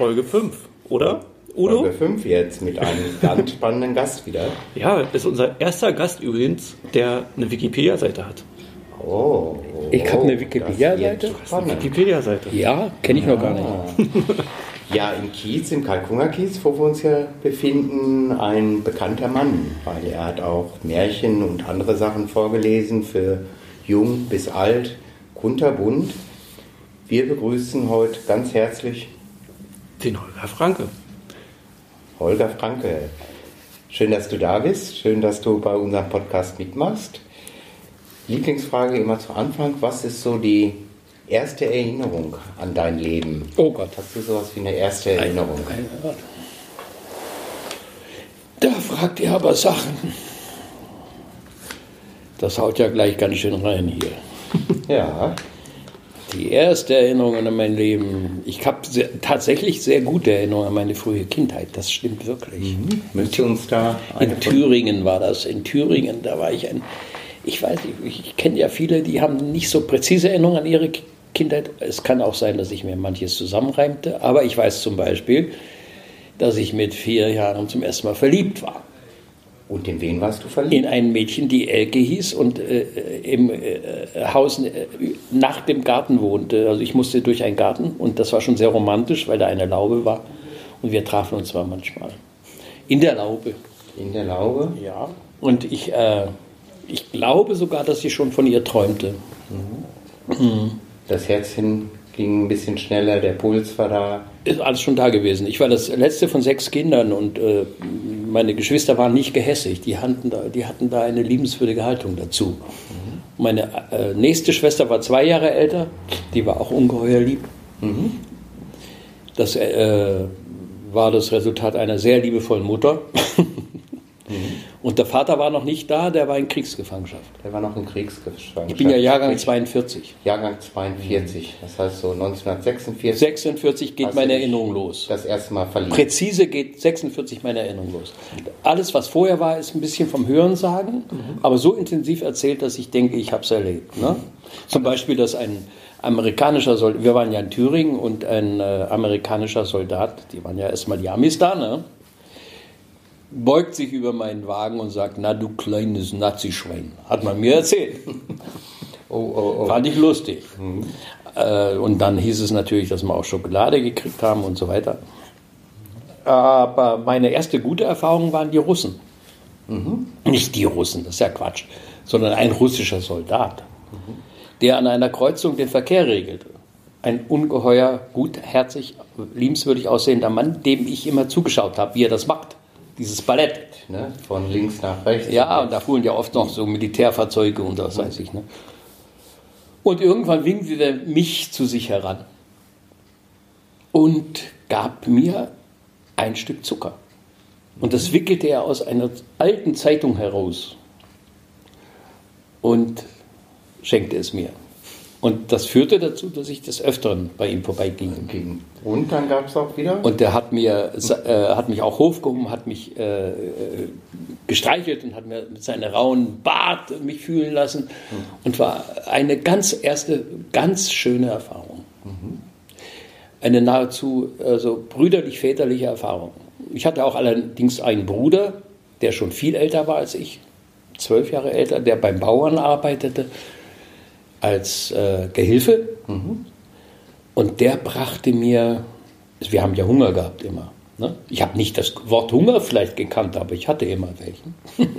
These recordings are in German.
Folge 5, oder? Udo? Folge 5 jetzt mit einem ganz spannenden Gast wieder. Ja, das ist unser erster Gast übrigens, der eine Wikipedia-Seite hat. Oh. Ich habe eine Wikipedia-Seite? Wikipedia-Seite. Ja, kenne ich noch gar nicht. Ja, im Kiez, im Kalkunger Kiez, wo wir uns ja befinden, ein bekannter Mann, weil er hat auch Märchen und andere Sachen vorgelesen für jung bis alt, kunterbunt. Wir begrüßen heute ganz herzlich Den Holger Franke. Holger Franke. Schön, dass du da bist, schön, dass du bei unserem Podcast mitmachst. Lieblingsfrage immer zu Anfang, was ist so die erste Erinnerung an dein Leben? Oh Gott. Hast du sowas wie eine erste Erinnerung? Da fragt ihr aber Sachen. Das haut ja gleich ganz schön rein hier. Ja. Die erste Erinnerung an mein Leben. Ich habe tatsächlich sehr gute Erinnerungen an meine frühe Kindheit. Das stimmt wirklich. Müsst ihr uns da In Thüringen war das. In Thüringen, da war ich ich weiß nicht, ich kenne ja viele, die haben nicht so präzise Erinnerungen an ihre Kindheit. Es kann auch sein, dass ich mir manches zusammenreimte. Aber ich weiß zum Beispiel, dass ich mit 4 Jahren zum ersten Mal verliebt war. Und in wen warst du verliebt? In ein Mädchen, die Elke hieß und im Haus nach dem Garten wohnte. Also ich musste durch einen Garten und das war schon sehr romantisch, weil da eine Laube war. Und wir trafen uns zwar manchmal. In der Laube. In der Laube? Ja. Und ich glaube sogar, dass ich schon von ihr träumte. Das Herzchen ging ein bisschen schneller, der Puls war da. Ist alles schon da gewesen. Ich war das letzte von 6 Kindern und meine Geschwister waren nicht gehässig. Die hatten da eine liebenswürdige Haltung dazu. Meine nächste Schwester war 2 Jahre älter. Die war auch ungeheuer lieb. Das war das Resultat einer sehr liebevollen Mutter. Und der Vater war noch nicht da, der war in Kriegsgefangenschaft. Der war noch in Kriegsgefangenschaft. Ich bin ja Jahrgang 42. Jahrgang 42, das heißt so 1946. 46 geht hast meine du dich Erinnerung los. Das erste Mal verliebt. Präzise geht 46 meine Erinnerung los. Alles, was vorher war, ist ein bisschen vom Hörensagen, aber so intensiv erzählt, dass ich denke, ich habe es erlebt. Ne? Zum Beispiel, dass ein amerikanischer Soldat, wir waren ja in Thüringen und ein amerikanischer Soldat, die waren ja erstmal die Amis da, ne? Beugt sich über meinen Wagen und sagt, na du kleines Nazi-Schwein. Hat man mir erzählt. Oh. Fand ich lustig. Und dann hieß es natürlich, dass wir auch Schokolade gekriegt haben und so weiter. Aber meine erste gute Erfahrung waren die Russen. Nicht die Russen, das ist ja Quatsch, sondern ein russischer Soldat, der an einer Kreuzung den Verkehr regelte. Ein ungeheuer, gutherzig, liebenswürdig aussehender Mann, dem ich immer zugeschaut habe, wie er das macht. Dieses Ballett. Ne? Von links nach rechts. Ja, und da fuhren ja oft noch so Militärfahrzeuge und das weiß ich. Ne? Und irgendwann winkte er mich zu sich heran und gab mir ein Stück Zucker. Und das wickelte er aus einer alten Zeitung heraus und schenkte es mir. Und das führte dazu, dass ich des Öfteren bei ihm vorbeiging. Und dann gab es auch wieder? Und der hat mich auch hochgehoben, hat mich gestreichelt und hat mir mit seinem rauen Bart mich fühlen lassen. Und war eine ganz schöne Erfahrung. Eine nahezu brüderlich-väterliche Erfahrung. Ich hatte auch allerdings einen Bruder, der schon viel älter war als ich, 12 Jahre älter, der beim Bauern arbeitete, als Gehilfe und der brachte mir, wir haben ja Hunger gehabt immer, ne? Ich habe nicht das Wort Hunger vielleicht gekannt, aber ich hatte immer welchen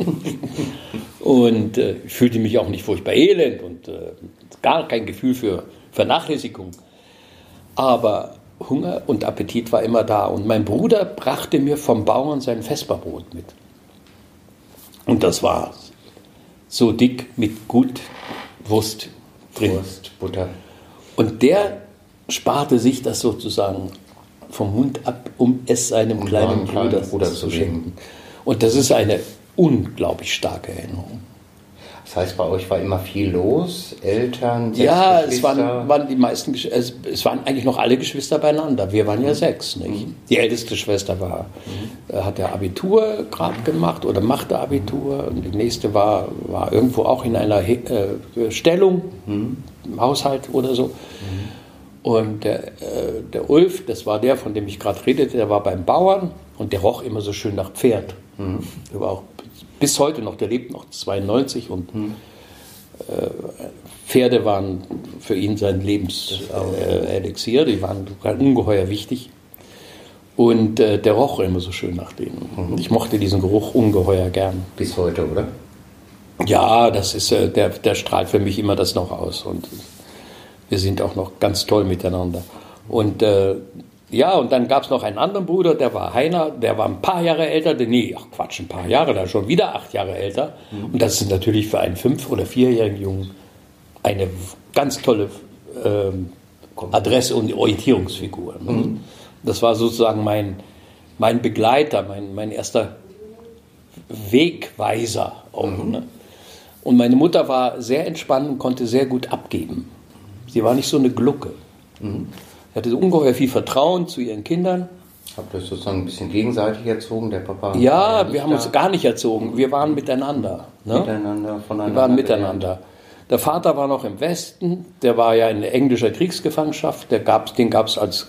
und ich fühlte mich auch nicht furchtbar elend und gar kein Gefühl für Vernachlässigung, aber Hunger und Appetit war immer da und mein Bruder brachte mir vom Bauern sein Vesperbrot mit und das war so dick mit gut Wurst drin. Wurst, Butter. Und der sparte sich das sozusagen vom Mund ab, um es seinem kleinen Bruder zu schenken. Und das ist eine unglaublich starke Erinnerung. Das heißt, bei euch war immer viel los, Eltern, Ja, Geschwister. es waren die meisten, es waren eigentlich noch alle Geschwister beieinander. Wir waren ja 6. Nicht? Die älteste Schwester hat ja Abitur gerade gemacht oder machte Abitur. Und die nächste war irgendwo auch in einer Stellung, im Haushalt oder so. Und der Ulf, das war der, von dem ich gerade redete, der war beim Bauern und der roch immer so schön nach Pferd. Der war auch bis heute noch, der lebt noch 92 und Pferde waren für ihn sein Lebenselixier, die waren ungeheuer wichtig. Und der roch immer so schön nach denen. Ich mochte diesen Geruch ungeheuer gern. Bis heute, oder? Ja, das ist, der strahlt für mich immer das noch aus. Und wir sind auch noch ganz toll miteinander. Und und dann gab es noch einen anderen Bruder, der war Heiner, der war ein paar Jahre älter. Ein paar Jahre, da schon wieder 8 Jahre älter. Und das ist natürlich für einen 5- oder 4-jährigen Jungen eine ganz tolle Adresse- und Orientierungsfigur. Das war sozusagen mein Begleiter, mein erster Wegweiser auch. Ne? Und meine Mutter war sehr entspannt und konnte sehr gut abgeben. Sie war nicht so eine Glucke. Sie hatte ungeheuer viel Vertrauen zu ihren Kindern. Habt ihr euch sozusagen ein bisschen gegenseitig erzogen, der Papa? Ja, wir haben uns gar nicht erzogen. Wir waren miteinander. Ne? Voneinander. Wir waren miteinander. Der Vater war noch im Westen. Der war ja in englischer Kriegsgefangenschaft. Den gab es als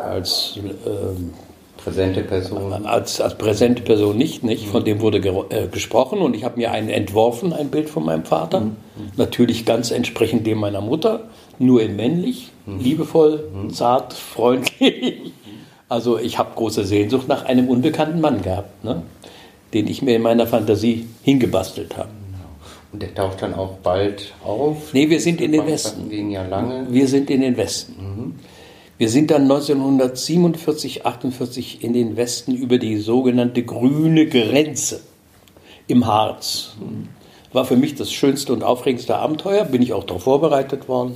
präsente Person. Als präsente Person nicht. Von dem wurde gesprochen und ich habe mir einen entworfen, ein Bild von meinem Vater. Natürlich ganz entsprechend dem meiner Mutter, nur in männlich, liebevoll, zart, freundlich. Also ich habe große Sehnsucht nach einem unbekannten Mann gehabt, ne? Den ich mir in meiner Fantasie hingebastelt habe. Und der taucht dann auch bald auf? Nee, wir sind in den Westen. Ja lange. Wir sind in den Westen. Wir sind dann 1947, 48 in den Westen über die sogenannte grüne Grenze im Harz. War für mich das schönste und aufregendste Abenteuer, bin ich auch darauf vorbereitet worden.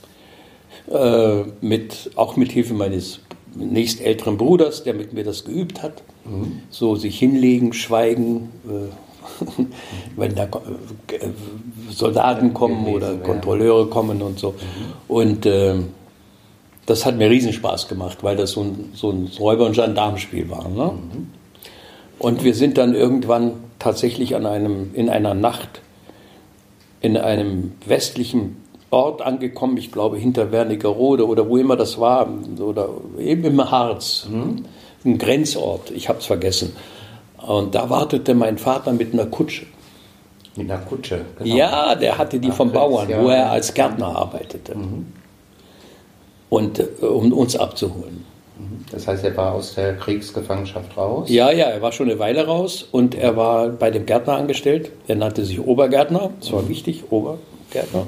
Auch mit Hilfe meines nächstälteren Bruders, der mit mir das geübt hat. So sich hinlegen, schweigen, wenn da Soldaten kommen oder Kontrolleure kommen und so. Und das hat mir Riesenspaß gemacht, weil das so ein Räuber- und Gendarmenspiel war. Ne? Und wir sind dann irgendwann tatsächlich in einer Nacht in einem westlichen Ort angekommen, ich glaube hinter Wernigerode oder wo immer das war, oder eben im Harz, ein Grenzort, ich habe es vergessen. Und da wartete mein Vater mit einer Kutsche. Mit einer Kutsche? Genau. Ja, der hatte die vom Bauern, wo er als Gärtner arbeitete. Und um uns abzuholen. Das heißt, er war aus der Kriegsgefangenschaft raus? Ja, er war schon eine Weile raus und er war bei dem Gärtner angestellt. Er nannte sich Obergärtner, das war wichtig, Obergärtner.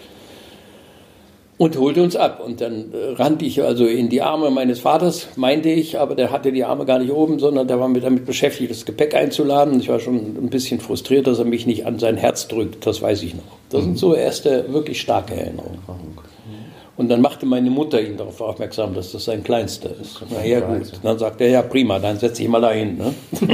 Und holte uns ab. Und dann rannte ich also in die Arme meines Vaters, meinte ich, aber der hatte die Arme gar nicht oben, sondern der war damit beschäftigt, das Gepäck einzuladen. Ich war schon ein bisschen frustriert, dass er mich nicht an sein Herz drückt, das weiß ich noch. Das sind so erste wirklich starke Erinnerungen. Und dann machte meine Mutter ihn darauf aufmerksam, dass das sein Kleinster ist. Na ja, gut. Dann sagte er, ja prima, dann setz dich mal dahin. Ne?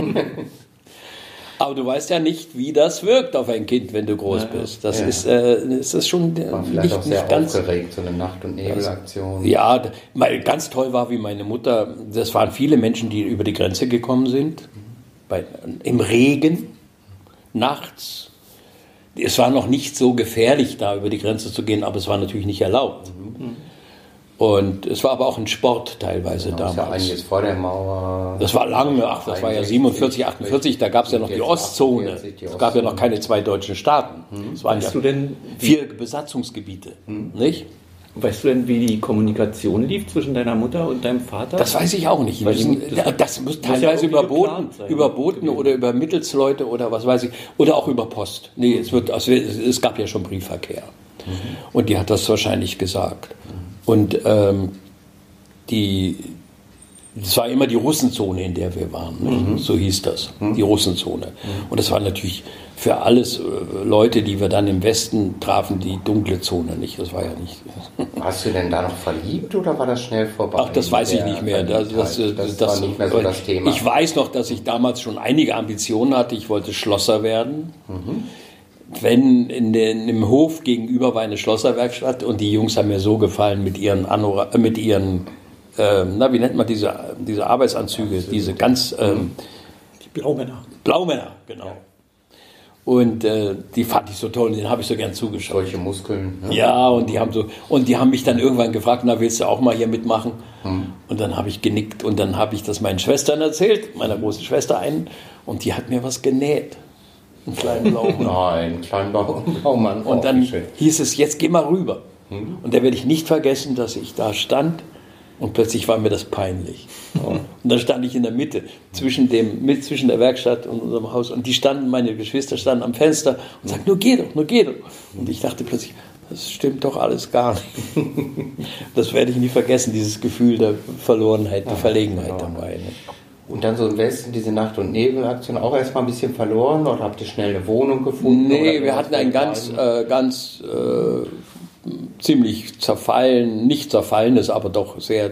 Aber du weißt ja nicht, wie das wirkt auf ein Kind, wenn du groß bist. Das ist schon war vielleicht auch sehr aufgeregt, so eine Nacht- und Nebelaktion. Ja, ganz toll war, wie meine Mutter, das waren viele Menschen, die über die Grenze gekommen sind, im Regen, nachts. Es war noch nicht so gefährlich, da über die Grenze zu gehen, aber es war natürlich nicht erlaubt. Und es war aber auch ein Sport teilweise damals. Das war einiges vor der Mauer. Das war lange, das war ja 47, 48, da gab es ja noch die Ostzone. Es gab ja noch keine 2 deutschen Staaten. Es waren ja 4 Besatzungsgebiete, nicht? Weißt du denn, wie die Kommunikation lief zwischen deiner Mutter und deinem Vater? Das weiß ich auch nicht. Das muss teilweise überboten oder über Mittelsleute oder was weiß ich. Oder auch über Post. Nee, es gab ja schon Briefverkehr. Und die hat das wahrscheinlich gesagt. Und das war immer die Russenzone, in der wir waren. So hieß das, die Russenzone. Und das war natürlich für alles Leute, die wir dann im Westen trafen, die dunkle Zone nicht. Das war ja nicht. Warst du denn da noch verliebt oder war das schnell vorbei? Ach, das weiß ich nicht mehr. Das war nicht mehr so das Thema. Ich weiß noch, dass ich damals schon einige Ambitionen hatte. Ich wollte Schlosser werden. Wenn im Hof gegenüber war eine Schlosserwerkstatt und die Jungs haben mir so gefallen mit ihren wie nennt man diese Arbeitsanzüge, diese ganz... die Blaumänner. Blaumänner, genau. Und die fand ich so toll und den habe ich so gern zugeschaut. Solche Muskeln. Ne? Ja, und die haben mich dann irgendwann gefragt, na, willst du auch mal hier mitmachen? Und dann habe ich genickt und dann habe ich das meinen Schwestern erzählt, meiner großen Schwester einen, und die hat mir was genäht. Einen kleinen Blaumann. Nein, einen kleinen Blaumann. Und dann hieß es, jetzt geh mal rüber. Und da werde ich nicht vergessen, dass ich da stand und plötzlich war mir das peinlich. Und dann stand ich in der Mitte, zwischen der Werkstatt und unserem Haus. Und meine Geschwister standen am Fenster und sagten, nur geh doch. Und ich dachte plötzlich, das stimmt doch alles gar nicht. Das werde ich nie vergessen, dieses Gefühl der Verlorenheit, der Verlegenheit dabei. Ne? Und dann so im Westen diese Nacht- und Nebelaktion auch erstmal ein bisschen verloren oder habt ihr schnell eine Wohnung gefunden? Nee, wir hatten ein ganz ziemlich nicht zerfallenes, aber doch sehr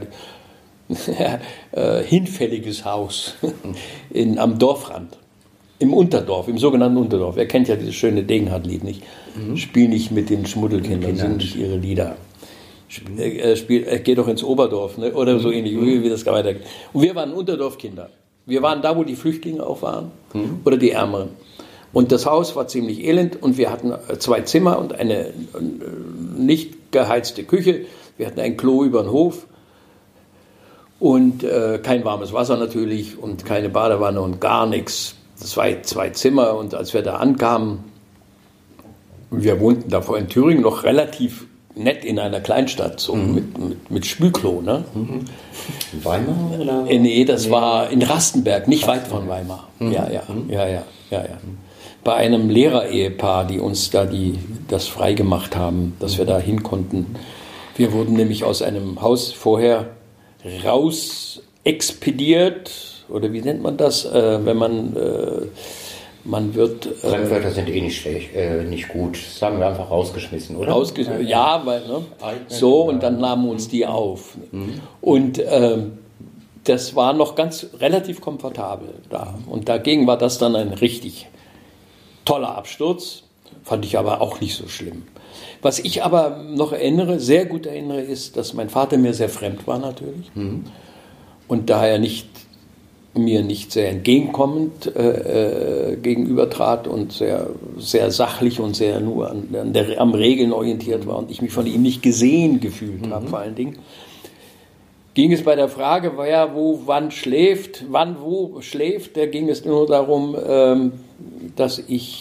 hinfälliges Haus am Dorfrand. Im Unterdorf, im sogenannten Unterdorf. Er kennt ja dieses schöne Degenhardt-Lied nicht. Spiel nicht mit den Schmuddelkindern, sing nicht ihre Lieder. Geh doch ins Oberdorf, ne? Oder so ähnlich, wie das weitergeht. Und wir waren Unterdorfkinder. Wir waren da, wo die Flüchtlinge auch waren, oder die Ärmeren. Und das Haus war ziemlich elend und wir hatten 2 Zimmer und eine nicht geheizte Küche. Wir hatten ein Klo über den Hof und kein warmes Wasser natürlich und keine Badewanne und gar nichts. Das war 2 Zimmer und als wir da ankamen, wir wohnten davor in Thüringen noch relativ nett in einer Kleinstadt, so mit Spülklo. Ne? Weimar? Oder? Nee, das war in Rastenberg, nicht weit von Weimar. Ja. Bei einem Lehrerehepaar, die uns da das freigemacht haben, dass wir da hin konnten. Wir wurden nämlich aus einem Haus vorher raus expediert, oder wie nennt man das, wenn man wird... Fremdwörter sind nicht schlecht, nicht gut. Sagen wir einfach rausgeschmissen, oder? Ja, weil, ne? So, und dann nahmen uns die auf. Und das war noch relativ komfortabel da. Und dagegen war das dann ein richtig toller Absturz, fand ich aber auch nicht so schlimm. Was ich aber noch sehr gut erinnere, ist, dass mein Vater mir sehr fremd war natürlich und daher mir nicht sehr entgegenkommend gegenübertrat und sehr, sehr sachlich und sehr nur am Regeln orientiert war und ich mich von ihm nicht gesehen gefühlt habe, vor allen Dingen. Ging es bei der Frage, wer wo wann schläft, da ging es nur darum, dass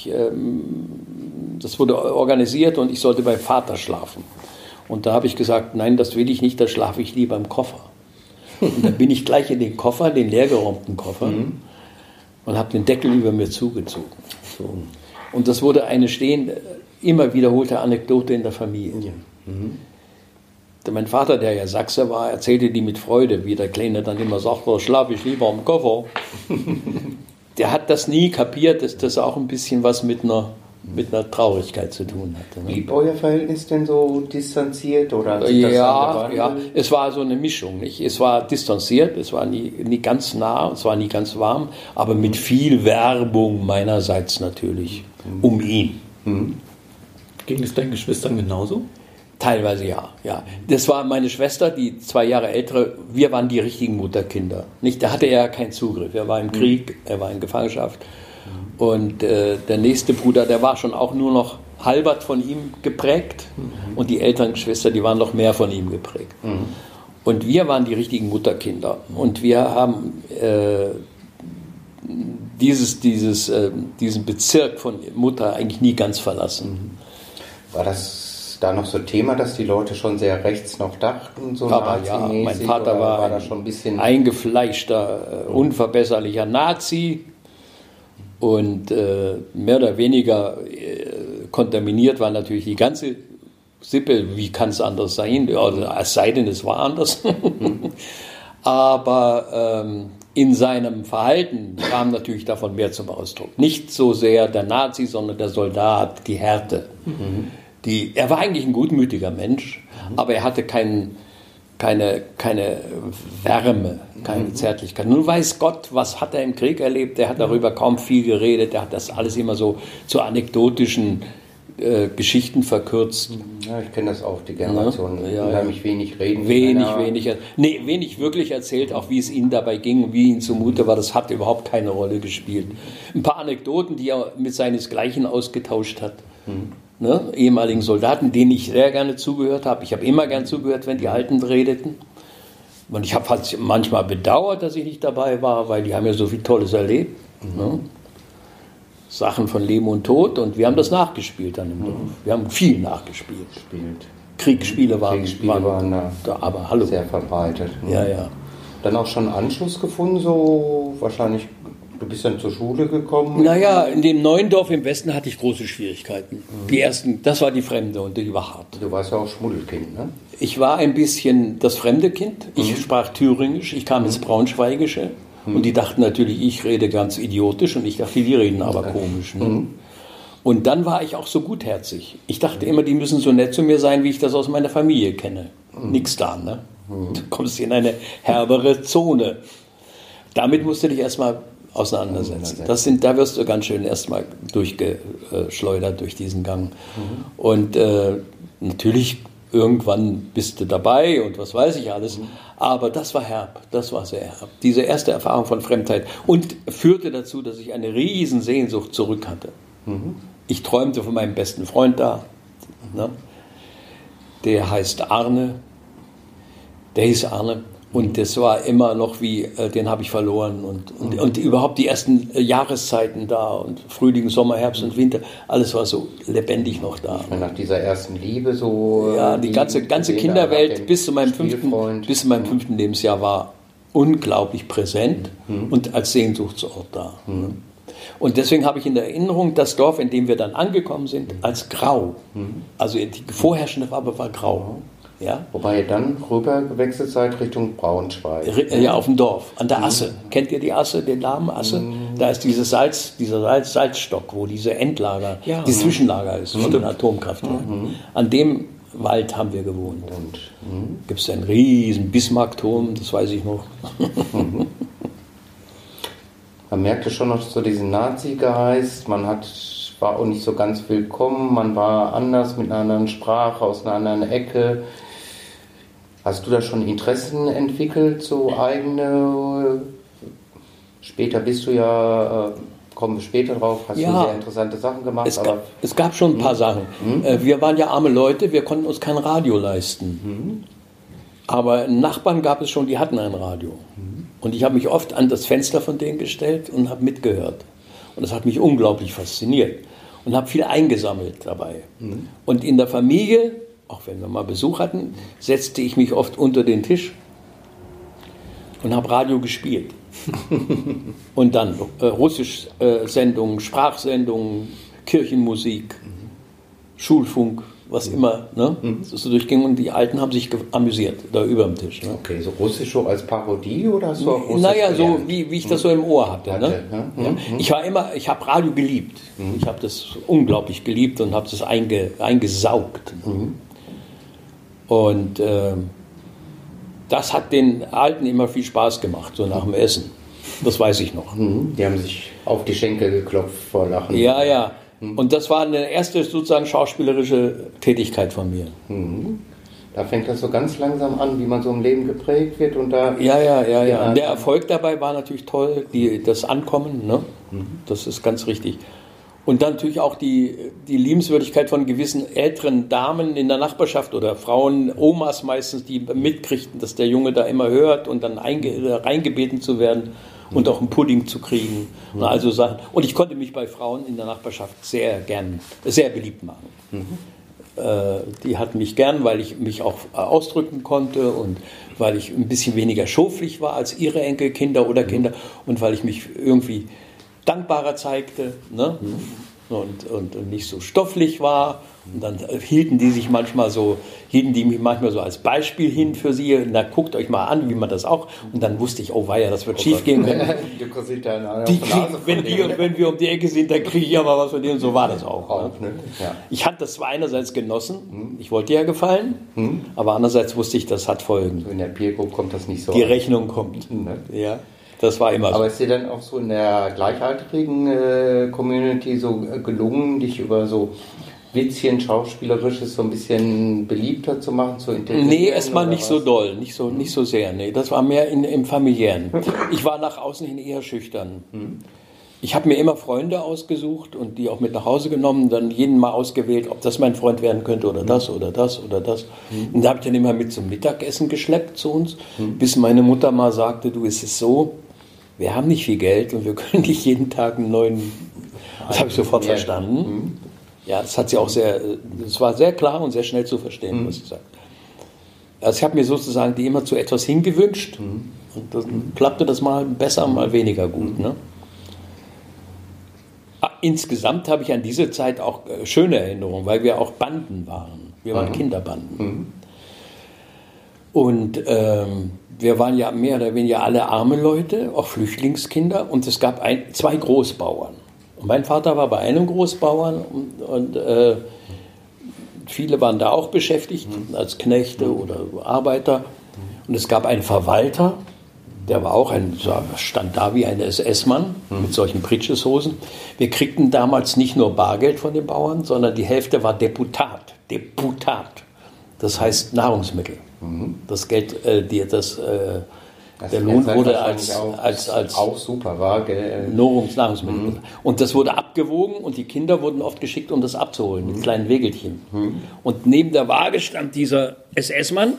das wurde organisiert und ich sollte beim Vater schlafen. Und da habe ich gesagt, nein, das will ich nicht, da schlafe ich lieber im Koffer. Und dann bin ich gleich in den Koffer, den leergeräumten Koffer, und habe den Deckel über mir zugezogen. So. Und das wurde eine immer wiederholte Anekdote in der Familie. Mein Vater, der ja Sachse war, erzählte die mit Freude, wie der Kleine dann immer sagt, da schlafe ich lieber im Koffer. Der hat das nie kapiert, dass das auch ein bisschen was mit einer Traurigkeit zu tun hatte. Ne? Blieb euer Verhältnis denn so distanziert? Oder ja, es war so eine Mischung. Nicht? Es war distanziert, es war nie ganz nah, es war nie ganz warm, aber mit viel Werbung meinerseits natürlich um ihn. Ging es deinen Geschwistern genauso? Teilweise ja. Das war meine Schwester, die 2 Jahre ältere. Wir waren die richtigen Mutterkinder. Da hatte er keinen Zugriff. Er war im Krieg, er war in Gefangenschaft. Und der nächste Bruder, der war schon auch nur noch halbert von ihm geprägt. Und die älteren Geschwister, die waren noch mehr von ihm geprägt. Und wir waren die richtigen Mutterkinder. Und wir haben diesen Bezirk von Mutter eigentlich nie ganz verlassen. War das da noch so Thema, dass die Leute schon sehr rechts noch dachten? So aber ja, mein Vater war da schon ein bisschen eingefleischter, unverbesserlicher Nazi und mehr oder weniger kontaminiert war natürlich die ganze Sippe. Wie kann es anders sein? Es sei denn, es war anders. Aber in seinem Verhalten kam natürlich davon mehr zum Ausdruck. Nicht so sehr der Nazi, sondern der Soldat, die Härte. Er war eigentlich ein gutmütiger Mensch, aber er hatte keine Wärme, keine Zärtlichkeit. Nun weiß Gott, was hat er im Krieg erlebt, er hat darüber kaum viel geredet, er hat das alles immer so zu anekdotischen Geschichten verkürzt. Ja, ich kenne das auch, die Generation, Ja, unheimlich wenig reden. Wenig wirklich erzählt, auch wie es ihnen dabei ging und wie ihnen zumute war. Das hat überhaupt keine Rolle gespielt. Ein paar Anekdoten, die er mit seinesgleichen ausgetauscht hat. Ne? Ehemaligen Soldaten, denen ich sehr gerne zugehört habe. Ich habe immer gern zugehört, wenn die Alten redeten. Und ich habe halt manchmal bedauert, dass ich nicht dabei war, weil die haben ja so viel Tolles erlebt. Ne? Sachen von Leben und Tod, und wir haben das nachgespielt dann im Dorf. Wir haben viel nachgespielt. Kriegsspiele waren da, aber hallo. Sehr verbreitet. Ja. Dann auch schon Anschluss gefunden, so wahrscheinlich, du bist dann zur Schule gekommen? Naja, in dem neuen Dorf im Westen hatte ich große Schwierigkeiten. Die ersten, das war die Fremde und die war hart. Du warst ja auch Schmuddelkind, ne? Ich war ein bisschen das fremde Kind. Ich sprach Thüringisch, ich kam ins Braunschweigische. Und die dachten natürlich, ich rede ganz idiotisch, und ich dachte, die reden aber komisch. Ne? Und dann war ich auch so gutherzig. Ich dachte immer, die müssen so nett zu mir sein, wie ich das aus meiner Familie kenne. Nix da, ne? Du kommst in eine herbere Zone. Damit musst du dich erstmal auseinandersetzen. Da wirst du ganz schön erstmal durchgeschleudert durch diesen Gang. Und natürlich irgendwann bist du dabei und was weiß ich alles. Aber das war herb, das war sehr herb. Diese erste Erfahrung von Fremdheit, und führte dazu, dass ich eine riesen Sehnsucht zurück hatte. Ich träumte von meinem besten Freund da. Ne? Der heißt Arne. Der hieß Arne. Und das war immer noch wie, den habe ich verloren. Und überhaupt die ersten Jahreszeiten da, und Frühling, Sommer, Herbst und Winter, alles war so lebendig noch da. Nach dieser ersten Liebe so... Ja, die ganze Kinderwelt bis zu meinem 5. Lebensjahr war unglaublich präsent und als Sehnsuchtsort da. Und deswegen habe ich in der Erinnerung das Dorf, in dem wir dann angekommen sind, als grau. Also die vorherrschende Farbe war grau. Ja? Wobei ihr dann rüber gewechselt seid Richtung Braunschweig. Ja, auf dem Dorf, an der Asse. Kennt ihr die Asse, den Namen Asse? Da ist dieser Salzstock, wo diese Endlager, die Zwischenlager ist von den Atomkraftwerken. An dem Wald haben wir gewohnt. Gibt es einen riesen Bismarckturm, das weiß ich noch. Man merkte schon noch so diesen Nazi-Geist, war auch nicht so ganz willkommen, man war anders, mit einer anderen Sprache, aus einer anderen Ecke. Hast du da schon Interessen entwickelt, so eigene? Später bist du ja, kommen wir später drauf, hast du sehr interessante Sachen gemacht. Es gab schon ein paar Sachen. Wir waren ja arme Leute, wir konnten uns kein Radio leisten. Aber Nachbarn gab es schon, die hatten ein Radio. Und ich habe mich oft an das Fenster von denen gestellt und habe mitgehört. Und das hat mich unglaublich fasziniert. Und habe viel eingesammelt dabei. Und in der Familie, auch wenn wir mal Besuch hatten, setzte ich mich oft unter den Tisch und habe Radio gespielt. Und dann Russisch-Sendungen, Sprachsendungen, Kirchenmusik, Schulfunk, was immer, ne? Das so durchging, und die Alten haben sich amüsiert, da über dem Tisch. Ne? Okay, so Russisch so als Parodie, oder hast du auch Russisch Naja, so wie ich das so im Ohr hatte. Ne? Ja. Ich habe Radio geliebt. Ich habe das unglaublich geliebt und habe das eingesaugt. Und das hat den Alten immer viel Spaß gemacht, so nach dem Essen. Das weiß ich noch. Die haben sich auf die Schenkel geklopft vor Lachen. Ja. Und das war eine erste sozusagen schauspielerische Tätigkeit von mir. Da fängt das so ganz langsam an, wie man so im Leben geprägt wird. Und da Ja. Und der Erfolg dabei war natürlich toll, das Ankommen, ne? Das ist ganz richtig. Und dann natürlich auch die Liebenswürdigkeit von gewissen älteren Damen in der Nachbarschaft oder Frauen, Omas meistens, die mitkriegten, dass der Junge da immer hört, und dann reingebeten zu werden und auch einen Pudding zu kriegen. Und also Sachen. Und ich konnte mich bei Frauen in der Nachbarschaft sehr beliebt machen. Die hatten mich gern, weil ich mich auch ausdrücken konnte und weil ich ein bisschen weniger schoflich war als ihre Enkelkinder oder Kinder, und weil ich mich irgendwie dankbarer zeigte, ne? Und nicht so stofflich war. Und dann hielten die mich manchmal so als Beispiel hin für sie. Na, guckt euch mal an, wie man das auch. Und dann wusste ich, oh weia, das wird schief gehen. Wenn wir um die Ecke sind, dann kriege ich aber was von denen. Und so war das auch. Ne? Ja. Ich hatte das zwar einerseits genossen, ich wollte ja gefallen, aber andererseits wusste ich, das hat Folgen. So in der Peer Group kommt das nicht so Die Rechnung kommt. Ja. Das war immer so. Aber ist dir dann auch so in der gleichaltrigen Community so gelungen, dich über so Witzchen, Schauspielerisches so ein bisschen beliebter zu machen, zu integrieren? Nee, erstmal nicht so doll, nicht so sehr. Nee, das war mehr im Familiären. Ich war nach außen hin eher schüchtern. Ich habe mir immer Freunde ausgesucht und die auch mit nach Hause genommen, dann jeden mal ausgewählt, ob das mein Freund werden könnte oder das oder das oder das. Und da habe ich dann immer mit zum Mittagessen geschleppt zu uns, bis meine Mutter mal sagte, du, es ist so, wir haben nicht viel Geld und wir können nicht jeden Tag einen neuen... Das habe ich sofort verstanden. Ja, das hat sie auch das war sehr klar und sehr schnell zu verstehen, was sie sagt. Also ich habe mir sozusagen die immer zu etwas hingewünscht und dann klappte das mal besser, mal weniger gut. Ne? Insgesamt habe ich an diese Zeit auch schöne Erinnerungen, weil wir auch Banden waren. Wir waren Kinderbanden. Und wir waren ja mehr oder weniger alle arme Leute, auch Flüchtlingskinder und es gab 2 Großbauern. Mein Vater war bei einem Großbauern und viele waren da auch beschäftigt als Knechte oder Arbeiter. Und es gab einen Verwalter, der war auch stand da wie ein SS-Mann mit solchen Pritscheshosen. Wir kriegten damals nicht nur Bargeld von den Bauern, sondern die Hälfte war Deputat. Das heißt Nahrungsmittel. Das Geld, der Lohn wurde als auch super war, Nahrungsmittel. Und das wurde abgewogen und die Kinder wurden oft geschickt, um das abzuholen, mit kleinen Wägelchen. Und neben der Waage stand dieser SS-Mann,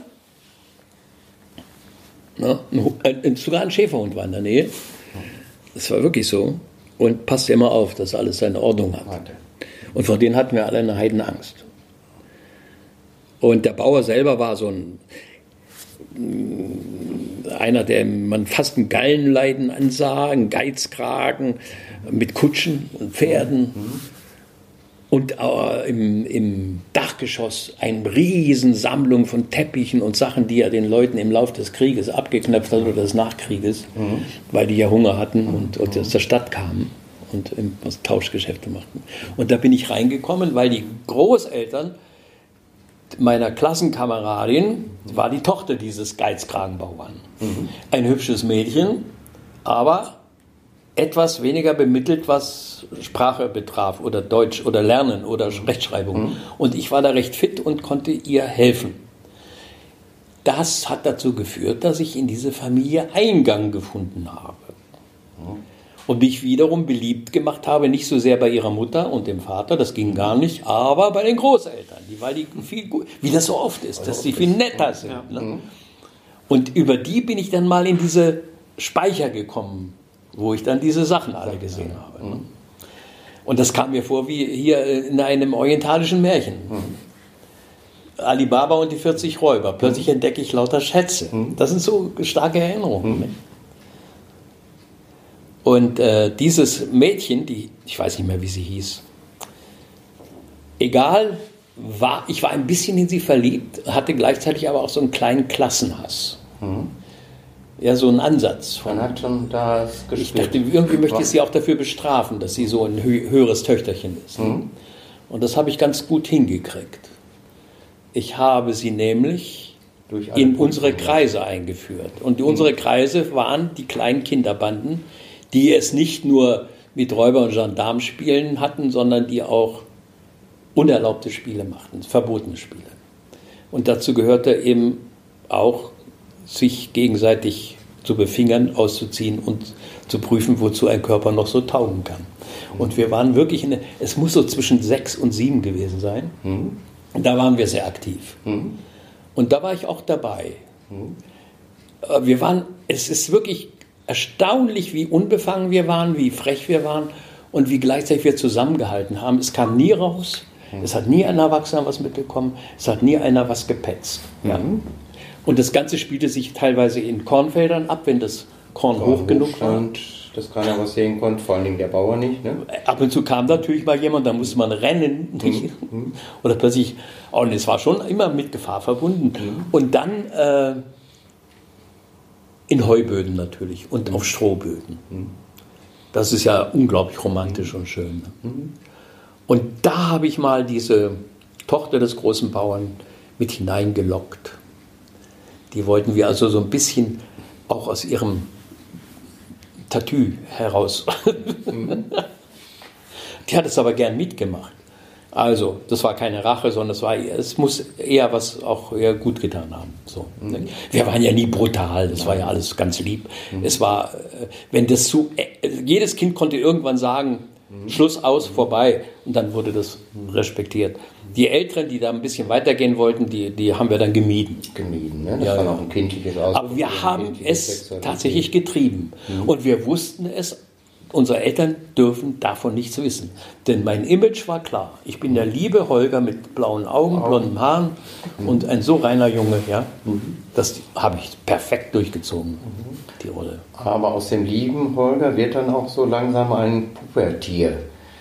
sogar ein Schäferhund war in der Nähe. Das war wirklich so. Und passte immer auf, dass alles seine Ordnung hat. Und vor denen hatten wir alle eine Heidenangst. Und der Bauer selber war so einer, der man fast ein Gallenleiden ansah, ein Geizkragen mit Kutschen und Pferden. Und im Dachgeschoss eine riesen Sammlung von Teppichen und Sachen, die er den Leuten im Laufe des Krieges abgeknöpft hat oder des Nachkrieges, weil die ja Hunger hatten und aus der Stadt kamen und Tauschgeschäfte machten. Und da bin ich reingekommen, weil die Großeltern meiner Klassenkameradin war die Tochter dieses Geizkragenbauern. Ein hübsches Mädchen, aber etwas weniger bemittelt, was Sprache betraf oder Deutsch oder Lernen oder Rechtschreibung. Und ich war da recht fit und konnte ihr helfen. Das hat dazu geführt, dass ich in diese Familie Eingang gefunden habe. Und mich wiederum beliebt gemacht habe, nicht so sehr bei ihrer Mutter und dem Vater, das ging gar nicht, aber bei den Großeltern, weil die viel, wie das so oft ist, dass sie viel netter sind. Ne? Und über die bin ich dann mal in diese Speicher gekommen, wo ich dann diese Sachen alle gesehen habe. Ne? Und das kam mir vor wie hier in einem orientalischen Märchen. Ali Baba und die 40 Räuber. Plötzlich entdecke ich lauter Schätze. Das sind so starke Erinnerungen. Ne? Und dieses Mädchen, ich weiß nicht mehr, wie sie hieß, egal, ich war ein bisschen in sie verliebt, hatte gleichzeitig aber auch so einen kleinen Klassenhass. Ja, so einen Ansatz. Man hat schon das gespürt. Ich dachte, irgendwie möchte ich sie auch dafür bestrafen, dass sie so ein höheres Töchterchen ist. Und das habe ich ganz gut hingekriegt. Ich habe sie nämlich in unsere Kreise eingeführt. Und unsere Kreise waren die kleinen Kinderbanden, die es nicht nur mit Räuber- und Gendarmenspielen hatten, sondern die auch unerlaubte Spiele machten, verbotene Spiele. Und dazu gehörte eben auch, sich gegenseitig zu befingern, auszuziehen und zu prüfen, wozu ein Körper noch so taugen kann. Und wir waren wirklich, es muss so zwischen 6 und 7 gewesen sein. Und da waren wir sehr aktiv. Und da war ich auch dabei. Es ist wirklich erstaunlich, wie unbefangen wir waren, wie frech wir waren und wie gleichzeitig wir zusammengehalten haben. Es kam nie raus, es hat nie ein Erwachsener was mitbekommen, es hat nie einer was gepetzt. Ja. Und das Ganze spielte sich teilweise in Kornfeldern ab, wenn das Korn hoch genug war. Und dass keiner was sehen konnte, vor allen Dingen der Bauer nicht. Ne? Ab und zu kam natürlich mal jemand, da musste man rennen. Oder plötzlich, und es war schon immer mit Gefahr verbunden. Und dann in Heuböden natürlich und auf Strohböden. Das ist ja unglaublich romantisch und schön. Und da habe ich mal diese Tochter des großen Bauern mit hineingelockt. Die wollten wir also so ein bisschen auch aus ihrem Tattoo heraus. Die hat es aber gern mitgemacht. Also, das war keine Rache, sondern es muss eher was auch eher gut getan haben. So. Wir waren ja nie brutal, das war ja alles ganz lieb. Es war, wenn das jedes Kind konnte irgendwann sagen, Schluss, aus, vorbei, und dann wurde das respektiert. Die Älteren, die da ein bisschen weitergehen wollten, die haben wir dann gemieden. Ne? Das war noch ein kindliches Ausdruck. Aber wir haben es tatsächlich getrieben. Und wir wussten es, unsere Eltern dürfen davon nichts wissen. Denn mein Image war klar. Ich bin der liebe Holger mit blauen Augen, blonden Haaren und ein so reiner Junge. Ja? Das habe ich perfekt durchgezogen, die Rolle. Aber aus dem lieben Holger wird dann auch so langsam ein Pubertier.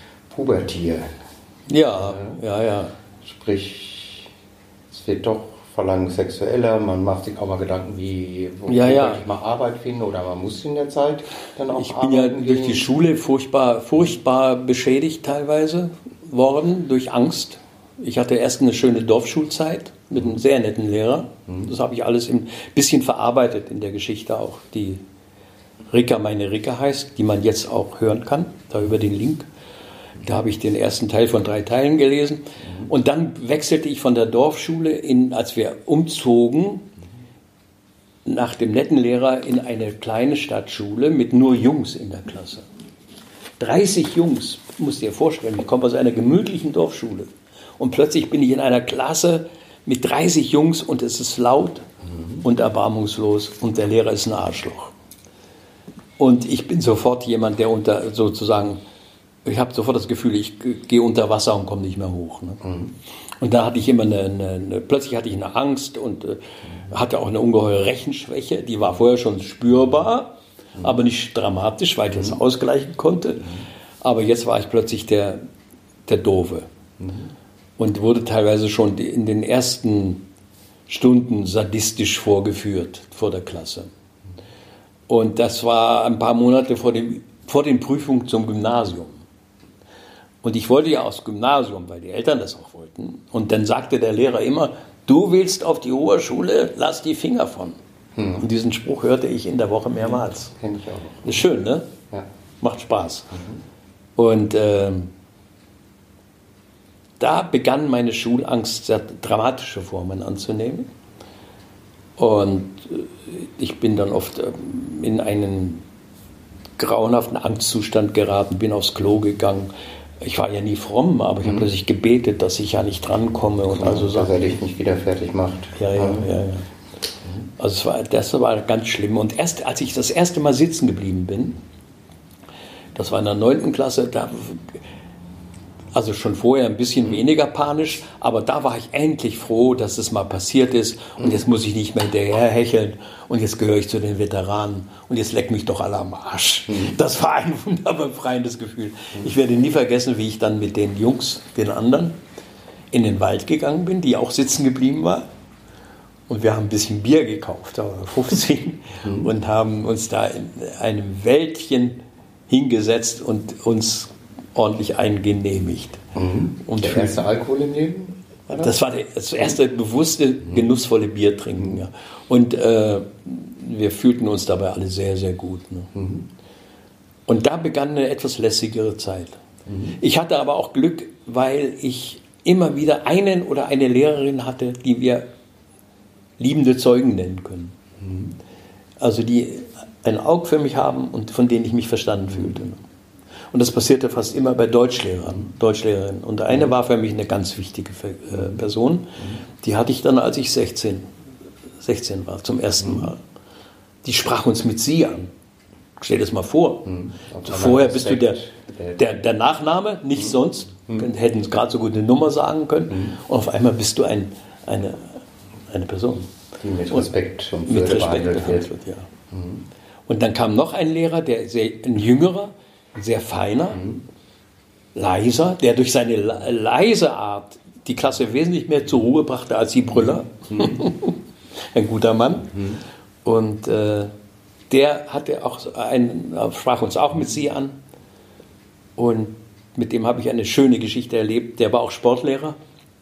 Ja. Sprich, es wird doch verlangen sexueller, man macht sich auch mal Gedanken, wo ja. kann ich mal Arbeit finden, oder man muss in der Zeit dann auch Ich bin ja arbeiten durch gehen. die Schule furchtbar beschädigt teilweise worden, durch Angst. Ich hatte erst eine schöne Dorfschulzeit mit einem sehr netten Lehrer. Das habe ich alles ein bisschen verarbeitet in der Geschichte auch, die Rika, meine Rika heißt, die man jetzt auch hören kann, da über den Link. Da habe ich den ersten Teil von 3 Teilen gelesen. Und dann wechselte ich von der Dorfschule, als wir umzogen, nach dem netten Lehrer in eine kleine Stadtschule mit nur Jungs in der Klasse. 30 Jungs, musst du dir vorstellen. Ich komme aus einer gemütlichen Dorfschule. Und plötzlich bin ich in einer Klasse mit 30 Jungs und es ist laut und erbarmungslos und der Lehrer ist ein Arschloch. Und ich bin sofort jemand, der ich habe sofort das Gefühl, ich gehe unter Wasser und komme nicht mehr hoch. Ne? Und da hatte ich immer plötzlich hatte ich eine Angst und hatte auch eine ungeheure Rechenschwäche. Die war vorher schon spürbar, aber nicht dramatisch, weil ich das ausgleichen konnte. Aber jetzt war ich plötzlich der Doofe. Und wurde teilweise schon in den ersten Stunden sadistisch vorgeführt vor der Klasse. Und das war ein paar Monate vor den Prüfungen zum Gymnasium. Und ich wollte ja aufs Gymnasium, weil die Eltern das auch wollten. Und dann sagte der Lehrer immer, du willst auf die Oberschule, lass die Finger von. Und diesen Spruch hörte ich in der Woche mehrmals. Kenn ich auch. Ist schön, ne? Ja. Macht Spaß. Und da begann meine Schulangst sehr dramatische Formen anzunehmen. Und ich bin dann oft in einen grauenhaften Angstzustand geraten, bin aufs Klo gegangen. Ich war ja nie fromm, aber ich habe plötzlich gebetet, dass ich ja nicht drankomme und also dass er dich nicht wieder fertig macht. Ja. Also das war ganz schlimm. Und erst als ich das erste Mal sitzen geblieben bin, das war in der 9. Klasse, also schon vorher ein bisschen weniger panisch, aber da war ich endlich froh, dass es mal passiert ist und jetzt muss ich nicht mehr hinterher hecheln und jetzt gehöre ich zu den Veteranen und jetzt leck mich doch alle am Arsch. Das war ein wunderbar befreiendes Gefühl. Ich werde nie vergessen, wie ich dann mit den Jungs, den anderen, in den Wald gegangen bin, die auch sitzen geblieben war. Und wir haben ein bisschen Bier gekauft, da waren 15, und haben uns da in einem Wäldchen hingesetzt und uns ordentlich eingenehmigt. Und der erste Alkohol im Leben? Das war das erste bewusste, genussvolle Bier trinken. Ja. Und wir fühlten uns dabei alle sehr, sehr gut. Ne? Und da begann eine etwas lässigere Zeit. Ich hatte aber auch Glück, weil ich immer wieder einen oder eine Lehrerin hatte, die wir liebende Zeugen nennen können. Also die ein Auge für mich haben und von denen ich mich verstanden fühlte. Und das passierte fast immer bei Deutschlehrerinnen. Und eine war für mich eine ganz wichtige Person. Die hatte ich dann, als ich 16 war, zum ersten Mal. Die sprach uns mit Sie an. Stell dir das mal vor. Vorher bist du der Nachname, nicht sonst. Hätten gerade so gut eine Nummer sagen können. Und auf einmal bist du eine Person. Die mit Respekt und Würde behandelt wird. Ja. Und dann kam noch ein Lehrer, ein jüngerer, sehr feiner, leiser, der durch seine leise Art die Klasse wesentlich mehr zur Ruhe brachte als die Brüller. Ein guter Mann. Und der hatte auch sprach uns auch mit Sie an. Und mit dem habe ich eine schöne Geschichte erlebt. Der war auch Sportlehrer.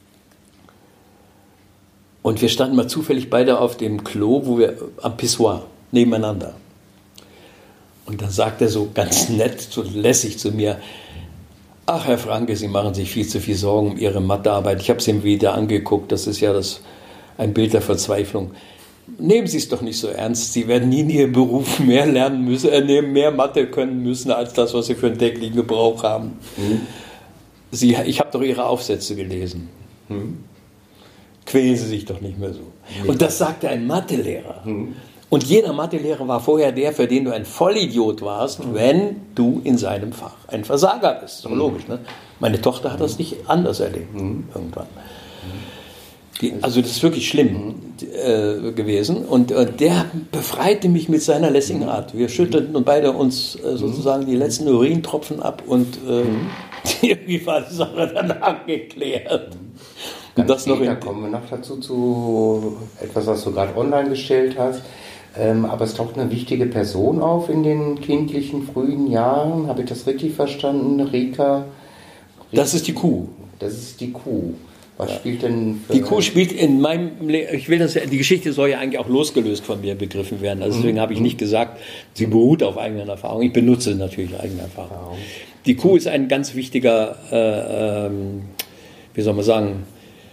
Und wir standen mal zufällig beide auf dem Klo, am Pissoir, nebeneinander. Und dann sagt er so ganz nett, so lässig zu mir, Ach, Herr Franke, Sie machen sich viel zu viel Sorgen um Ihre Mathearbeit. Ich habe es ihm wieder angeguckt. Das ist ja ein Bild der Verzweiflung. Nehmen Sie es doch nicht so ernst. Sie werden nie in Ihrem Beruf mehr lernen müssen, mehr Mathe können müssen, als das, was Sie für einen täglichen Gebrauch haben. Ich habe doch Ihre Aufsätze gelesen. Quälen Sie sich doch nicht mehr so. Und das sagte ein Mathelehrer. Und jeder Mathelehrer war vorher der, für den du ein Vollidiot warst, wenn du in seinem Fach ein Versager bist. So logisch, ne? Meine Tochter hat das nicht anders erlebt irgendwann. Also das ist wirklich schlimm gewesen. Und der befreite mich mit seiner lässigen Art. Wir schüttelten und beide uns sozusagen die letzten Urintropfen ab und irgendwie war die Sache danach geklärt. Und das noch da kommen wir noch dazu zu etwas, was du gerade online gestellt hast. Aber es taucht eine wichtige Person auf in den kindlichen frühen Jahren. Habe ich das richtig verstanden? Rika? Das ist die Kuh. Das ist die Kuh. Was spielt denn für... Die Kuh spielt in meinem Leben, die Geschichte soll ja eigentlich auch losgelöst von mir begriffen werden. Also deswegen habe ich nicht gesagt, sie beruht auf eigenen Erfahrungen. Ich benutze natürlich eigene Erfahrungen. Die Kuh ist ein ganz wichtiger, wie soll man sagen,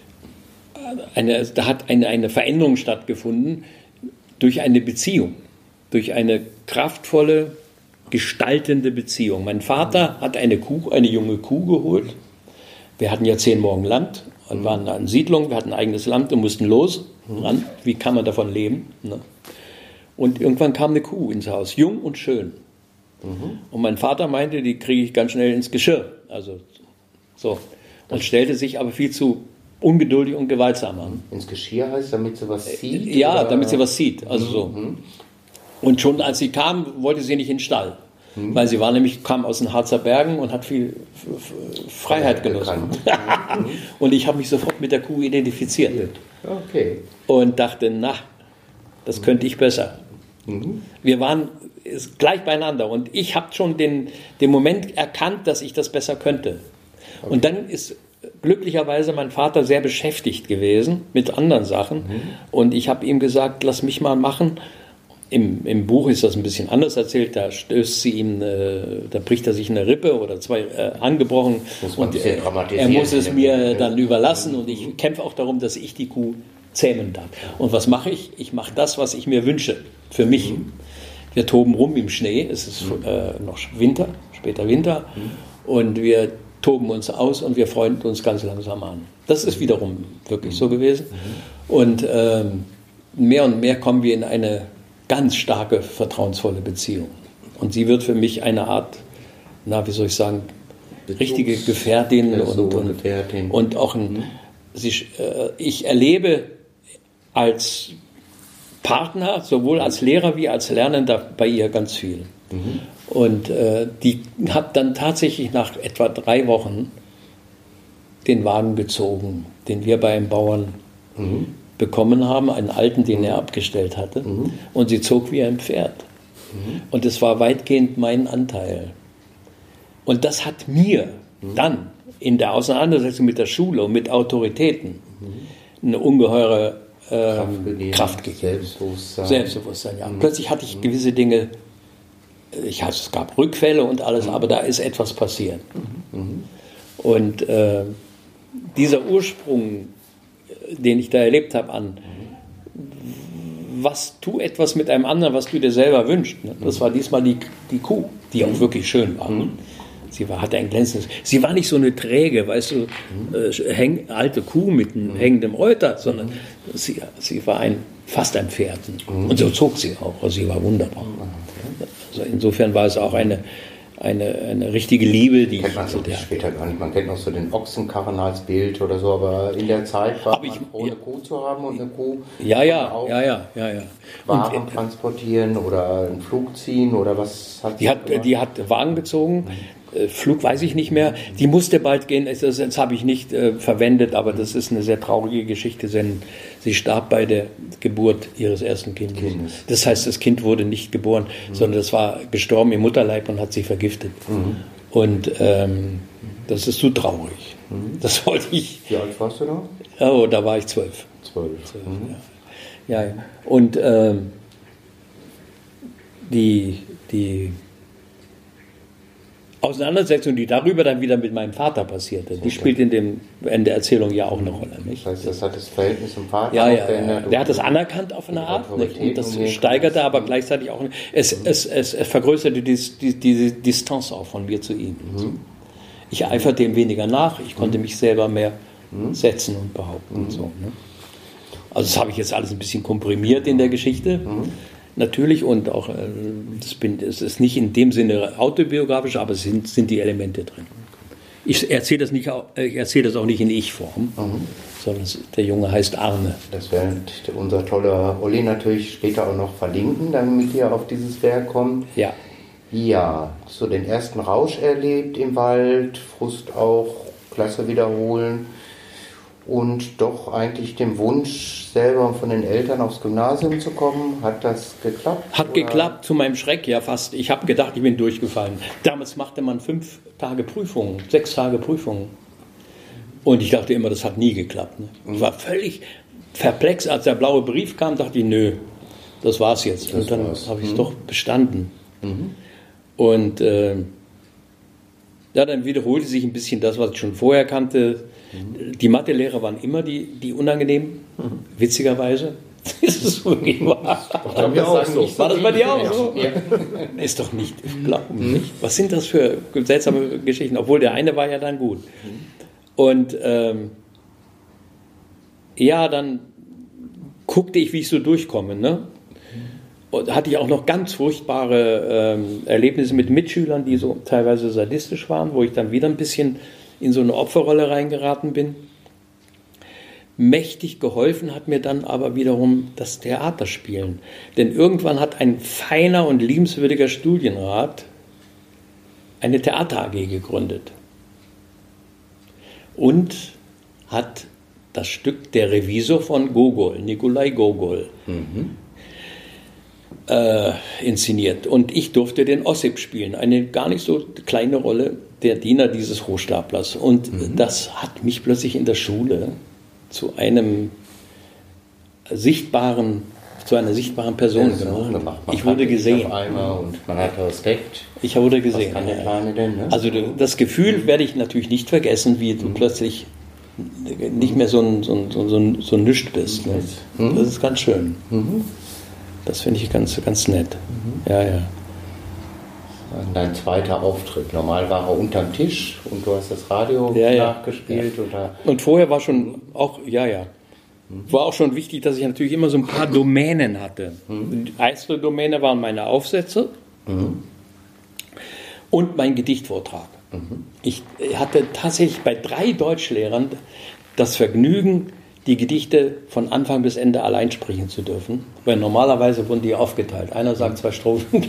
da hat eine Veränderung stattgefunden durch eine Beziehung, durch eine kraftvolle, gestaltende Beziehung. Mein Vater hat eine junge Kuh geholt. Wir hatten ja 10 Morgen Land und waren da in Siedlung. Wir hatten ein eigenes Land und mussten los. Ran. Wie kann man davon leben? Ne? Und irgendwann kam eine Kuh ins Haus, jung und schön. Und mein Vater meinte, die kriege ich ganz schnell ins Geschirr. Also so. Und stellte sich aber viel zu ungeduldig und gewaltsam an. Ins Geschirr heißt, damit sie was sieht? Ja, oder? Damit sie was sieht. Also so. Und schon als sie kam, wollte sie nicht in den Stall. Weil sie kam aus den Harzer Bergen und hat viel Freiheit genossen. Und ich habe mich sofort mit der Kuh identifiziert. Okay. Und dachte, das könnte ich besser. Wir waren gleich beieinander und ich habe schon den Moment erkannt, dass ich das besser könnte. Okay. Und dann ist glücklicherweise mein Vater sehr beschäftigt gewesen mit anderen Sachen und ich habe ihm gesagt, lass mich mal machen. Im Buch ist das ein bisschen anders erzählt, da stößt sie ihm, da bricht er sich eine Rippe oder 2 angebrochen und er muss es mir dann überlassen und ich kämpfe auch darum, dass ich die Kuh zähmen darf. Und was mache ich? Ich mache das, was ich mir wünsche, für mich. Wir toben rum im Schnee, es ist noch Winter, später Winter und wir toben uns aus und wir freunden uns ganz langsam an. Das ist wiederum wirklich so gewesen. Und mehr und mehr kommen wir in eine ganz starke, vertrauensvolle Beziehung. Und sie wird für mich eine Art, wie soll ich sagen, richtige Gefährtin und auch ich erlebe als Partner, sowohl als Lehrer wie als Lernender bei ihr ganz viel. Und die hat dann tatsächlich nach etwa 3 Wochen den Wagen gezogen, den wir bei einem Bauern bekommen haben, einen alten, den er abgestellt hatte. Und sie zog wie ein Pferd. Und es war weitgehend mein Anteil. Und das hat mir dann in der Auseinandersetzung mit der Schule und mit Autoritäten eine ungeheure Kraft gegeben. Selbstbewusstsein, ja. Plötzlich hatte ich gewisse Dinge, es gab Rückfälle und alles, aber da ist etwas passiert. Und dieser Ursprung, den ich da erlebt habe tu etwas mit einem anderen, was du dir selber wünschst. Ne? Das war diesmal die Kuh, die auch wirklich schön war. Sie hatte ein glänzendes, sie war nicht so eine träge, weißt du, alte Kuh mit einem hängenden Euter, sondern sie war fast ein Pferd. Und so zog sie auch, also sie war wunderbar. Also insofern war es auch eine richtige Liebe, die kennt man so später gar nicht. Man kennt noch so den Ochsenkarren als Bild oder so, aber in der Zeit war man froh, eine Kuh zu haben und eine Kuh Waren transportieren oder einen Flug ziehen oder was hat sie gemacht? Die hat Wagen gezogen. Flug weiß ich nicht mehr. Die musste bald gehen. Das habe ich nicht verwendet, aber das ist eine sehr traurige Geschichte, denn sie starb bei der Geburt ihres ersten Kindes. Das heißt, das Kind wurde nicht geboren, sondern das war gestorben im Mutterleib und hat sie vergiftet. Und das ist so traurig. Das wollte ich. Wie alt warst du da? Oh, da war ich 12. 12. Ja. Und Auseinandersetzung, die darüber dann wieder mit meinem Vater passierte, die spielt in der Erzählung ja auch eine Rolle. Nicht? Das heißt, das hat das Verhältnis zum Vater verändert. Der hat das anerkannt auf eine Art, nicht? Und das steigerte aber gleichzeitig auch, es vergrößerte die Distanz auch von mir zu ihm. Ich eiferte ihm weniger nach, ich konnte mich selber mehr setzen und behaupten. Und so, ne? Also das habe ich jetzt alles ein bisschen komprimiert in der Geschichte. Natürlich, und auch, es ist nicht in dem Sinne autobiografisch, aber es sind die Elemente drin. Ich erzähle das auch nicht in Ich-Form, sondern der Junge heißt Arne. Das wird unser toller Olli natürlich später auch noch verlinken, damit ihr auf dieses Werk kommt. Ja. Ja, so den ersten Rausch erlebt im Wald, Frust auch, Klasse wiederholen. Und doch eigentlich dem Wunsch, selber von den Eltern aufs Gymnasium zu kommen. Hat das geklappt? Hat geklappt, zu meinem Schreck, ja fast. Ich habe gedacht, ich bin durchgefallen. Damals machte man 5 Tage Prüfungen, 6 Tage Prüfungen. Und ich dachte immer, das hat nie geklappt. Ne? Ich war völlig perplex, als der blaue Brief kam, dachte ich, nö, das war's jetzt. Und dann habe ich es doch bestanden. Und dann wiederholte sich ein bisschen das, was ich schon vorher kannte. Die Mathelehrer waren immer die unangenehmen, witzigerweise. Das ist wirklich wahr. War das bei dir auch so? Ja. Ist doch nicht, glauben nicht. Was sind das für seltsame Geschichten? Obwohl der eine war ja dann gut. Und dann guckte ich, wie ich so durchkomme. Ne? Und hatte ich auch noch ganz furchtbare Erlebnisse mit Mitschülern, die so teilweise sadistisch waren, wo ich dann wieder ein bisschen in so eine Opferrolle reingeraten bin. Mächtig geholfen hat mir dann aber wiederum das Theaterspielen. Denn irgendwann hat ein feiner und liebenswürdiger Studienrat eine Theater AG gegründet und hat das Stück Der Revisor von Gogol, Nikolai Gogol, inszeniert. Und ich durfte den Ossip spielen, eine gar nicht so kleine Rolle, der Diener dieses Hochstaplers. Und das hat mich plötzlich in der Schule zu einer sichtbaren Person gemacht. Ich wurde gesehen. Und man hatte Respekt. Ich wurde gesehen. Was kann der Kleine denn? Ne? Also das Gefühl werde ich natürlich nicht vergessen, wie du plötzlich nicht mehr so ein Nüscht bist. Ne? Das ist ganz schön. Das finde ich ganz, ganz nett. Ja. Dein zweiter Auftritt. Normal war er unterm Tisch und du hast das Radio nachgespielt. Ja. Oder? Und vorher war schon auch, war auch schon wichtig, dass ich natürlich immer so ein paar Domänen hatte. Die erste Domäne waren meine Aufsätze und mein Gedichtvortrag. Ich hatte tatsächlich bei 3 Deutschlehrern das Vergnügen, die Gedichte von Anfang bis Ende allein sprechen zu dürfen. Weil normalerweise wurden die aufgeteilt. Einer sagt 2 Strophen.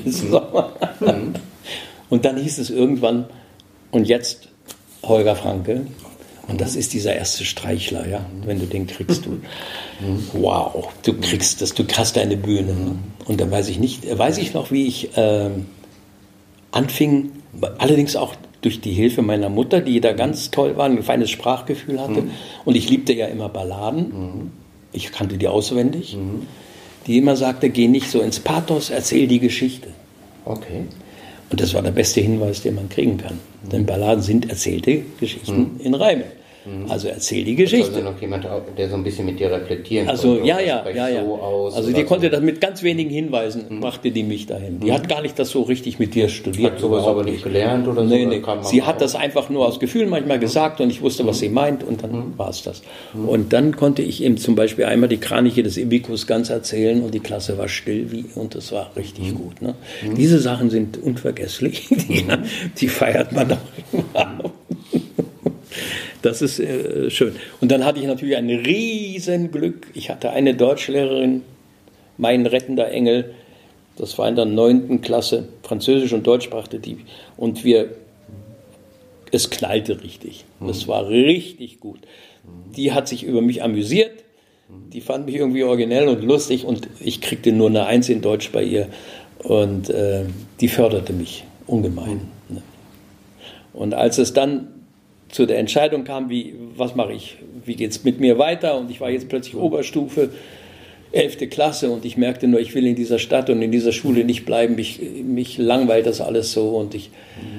Und dann hieß es irgendwann, und jetzt Holger Franke. Und das ist dieser erste Streichler, ja. Wenn du den kriegst, wow, du kriegst das, du hast deine Bühne. Ne? Und dann weiß ich noch, wie ich anfing, allerdings auch durch die Hilfe meiner Mutter, die da ganz toll war, ein feines Sprachgefühl hatte. Und ich liebte ja immer Balladen. Ich kannte die auswendig. Die immer sagte, geh nicht so ins Pathos, erzähl die Geschichte. Okay. Und das war der beste Hinweis, den man kriegen kann. Denn Balladen sind erzählte Geschichten in Reimen. Also erzähl die Geschichte. Also noch jemand, der so ein bisschen mit dir reflektieren konnte. Also ja. Also die konnte das mit ganz wenigen Hinweisen, brachte die mich dahin. Die hat gar nicht das so richtig mit dir studiert. Hat sowas aber nicht gelernt oder so? Nee. Sie hat das einfach nur aus Gefühl manchmal gesagt und ich wusste, was sie meint und dann war es das. Und dann konnte ich eben zum Beispiel einmal die Kraniche des Ibykus ganz erzählen und die Klasse war still und das war richtig gut. Ne? Diese Sachen sind unvergesslich. Die feiert man auch immer. Das ist schön. Und dann hatte ich natürlich ein Riesenglück. Ich hatte eine Deutschlehrerin, mein rettender Engel. Das war in der 9. Klasse. Französisch und Deutsch brachte die. Und es knallte richtig. Das war richtig gut. Die hat sich über mich amüsiert. Die fand mich irgendwie originell und lustig. Und ich kriegte nur eine 1 in Deutsch bei ihr. Und die förderte mich ungemein. Und als es dann zu der Entscheidung kam, was mache ich, wie geht es mit mir weiter, und ich war jetzt plötzlich Oberstufe, 11. Klasse, und ich merkte nur, ich will in dieser Stadt und in dieser Schule nicht bleiben, mich langweilt das alles so, und ich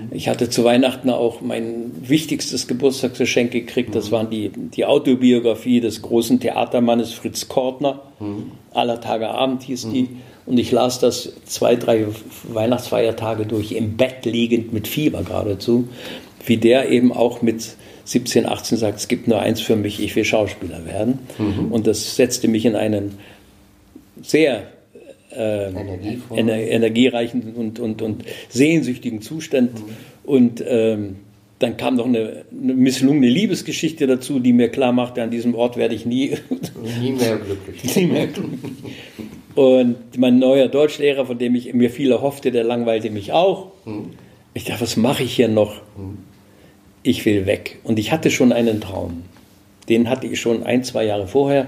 Ich hatte zu Weihnachten auch mein wichtigstes Geburtstagsgeschenk gekriegt. Das waren die Autobiografie des großen Theatermannes Fritz Kortner. Aller Tage Abend hieß die. Und ich las das 2, 3 Weihnachtsfeiertage durch, im Bett liegend, mit Fieber geradezu, wie der eben auch mit 17, 18 sagt, es gibt nur eins für mich, ich will Schauspieler werden. Und das setzte mich in einen sehr energiereichen und sehnsüchtigen Zustand. Und dann kam noch eine misslungene Liebesgeschichte dazu, die mir klar machte, an diesem Ort werde ich nie mehr glücklich. Nie mehr glücklich. Und mein neuer Deutschlehrer, von dem ich mir viel erhoffte, der langweilte mich auch. Ich dachte, was mache ich hier noch? Ich will weg. Und ich hatte schon einen Traum. Den hatte ich schon 1, 2 Jahre vorher.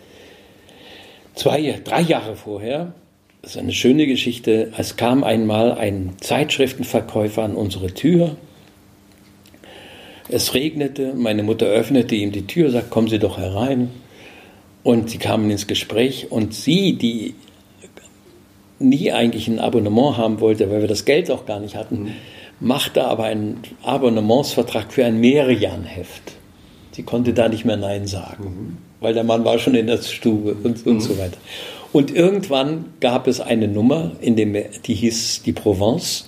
3 Jahre vorher. Das ist eine schöne Geschichte. Es kam einmal ein Zeitschriftenverkäufer an unsere Tür. Es regnete. Meine Mutter öffnete ihm die Tür, sagt, kommen Sie doch herein. Und sie kamen ins Gespräch und sie, die nie eigentlich ein Abonnement haben wollte, weil wir das Geld auch gar nicht hatten, machte aber einen Abonnementsvertrag für ein Merian-Heft. Sie konnte da nicht mehr Nein sagen, weil der Mann war schon in der Stube und so weiter. Und irgendwann gab es eine Nummer, die hieß Die Provence.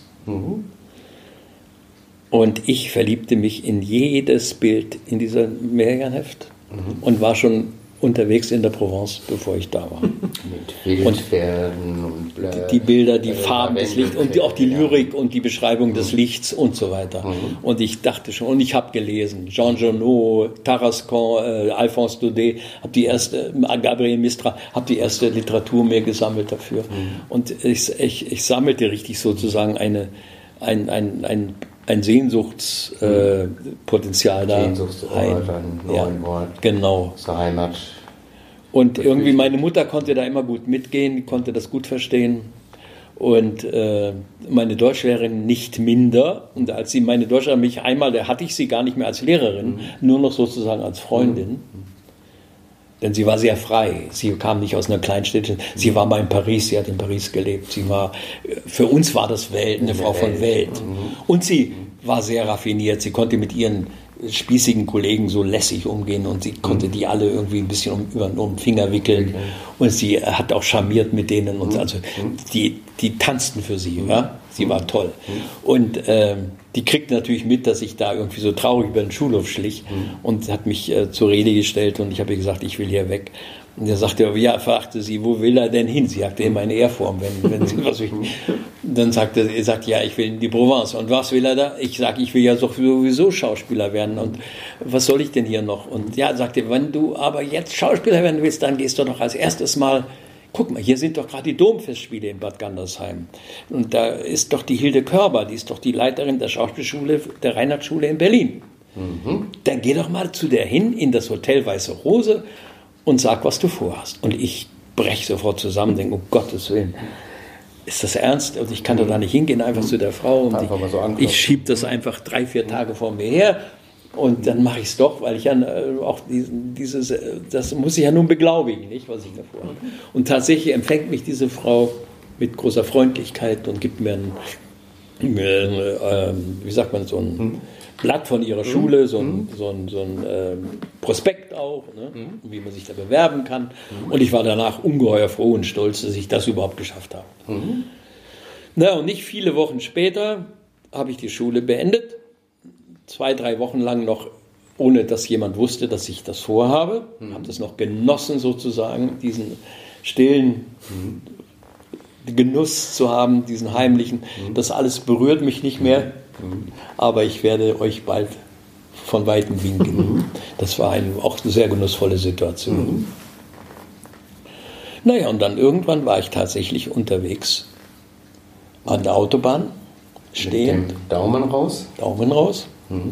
Und ich verliebte mich in jedes Bild in dieser Merian-Heft und war schon unterwegs in der Provence, bevor ich da war. Mit Wildpferden und die Bilder, die Farben des Lichts und auch die Lyrik und die Beschreibung des Lichts und so weiter. Und ich dachte schon, und ich habe gelesen, Jean Genot, Tarascon, Alphonse Daudet, Gabriel Mistral, habe die erste Literatur mir gesammelt dafür. Und ich sammelte richtig sozusagen ein Sehnsuchtspotenzial da. Sehnsuchtsort, ein neuen Ort. Genau. Zur Heimat. Und irgendwie meine Mutter konnte da immer gut mitgehen, konnte das gut verstehen. Und meine Deutschlehrerin nicht minder. Und als sie meine Deutschlehrerin mich einmal, da hatte ich sie gar nicht mehr als Lehrerin, nur noch sozusagen als Freundin. Denn sie war sehr frei. Sie kam nicht aus einer Kleinstädtchen. Sie war mal in Paris, sie hat in Paris gelebt. Für uns war das eine Frau von Welt. Und sie war sehr raffiniert. Sie konnte mit ihren spießigen Kollegen so lässig umgehen und sie konnte die alle irgendwie ein bisschen um den Finger wickeln. Und sie hat auch charmiert mit denen. Und also die tanzten für sie. Ja? Sie war toll. Und die kriegte natürlich mit, dass ich da irgendwie so traurig über den Schulhof schlich und hat mich zur Rede gestellt und ich habe ihr gesagt, ich will hier weg. Und er sagte, ja, fragte sie, wo will er denn hin? Sie sagte immer in Ehrform, wenn sie was will. Dann sagte er, ja, ich will in die Provence. Und was will er da? Ich sage, ich will ja sowieso Schauspieler werden. Und was soll ich denn hier noch? Und ja, sagte, wenn du aber jetzt Schauspieler werden willst, dann gehst du doch als erstes mal, guck mal, hier sind doch gerade die Domfestspiele in Bad Gandersheim. Und da ist doch die Hilde Körber, die ist doch die Leiterin der Schauspielschule, der Reinhardtschule in Berlin. Dann geh doch mal zu der hin, in das Hotel Weiße Rose und sag, was du vorhast. Und ich breche sofort zusammen, denke, um Gottes Willen, ist das ernst? Und ich kann doch da nicht hingehen, einfach zu der Frau. Und ich schiebe das einfach 3, 4 Tage vor mir her. Und dann mache ich es doch, weil ich ja auch das muss ich ja nun beglaubigen, nicht, was ich davor habe. Und tatsächlich empfängt mich diese Frau mit großer Freundlichkeit und gibt mir wie sagt man, so ein Blatt von ihrer Schule, so ein Prospekt auch, ne, wie man sich da bewerben kann. Und ich war danach ungeheuer froh und stolz, dass ich das überhaupt geschafft habe. Na, und nicht viele Wochen später habe ich die Schule beendet. 2, 3 Wochen lang noch, ohne dass jemand wusste, dass ich das vorhabe. Habe das noch genossen sozusagen, diesen stillen Genuss zu haben, diesen heimlichen. Das alles berührt mich nicht mehr, aber ich werde euch bald von Weitem winken. Das war auch eine sehr genussvolle Situation. Naja, und dann irgendwann war ich tatsächlich unterwegs an der Autobahn, stehend. Mit dem Daumen raus? Daumen raus.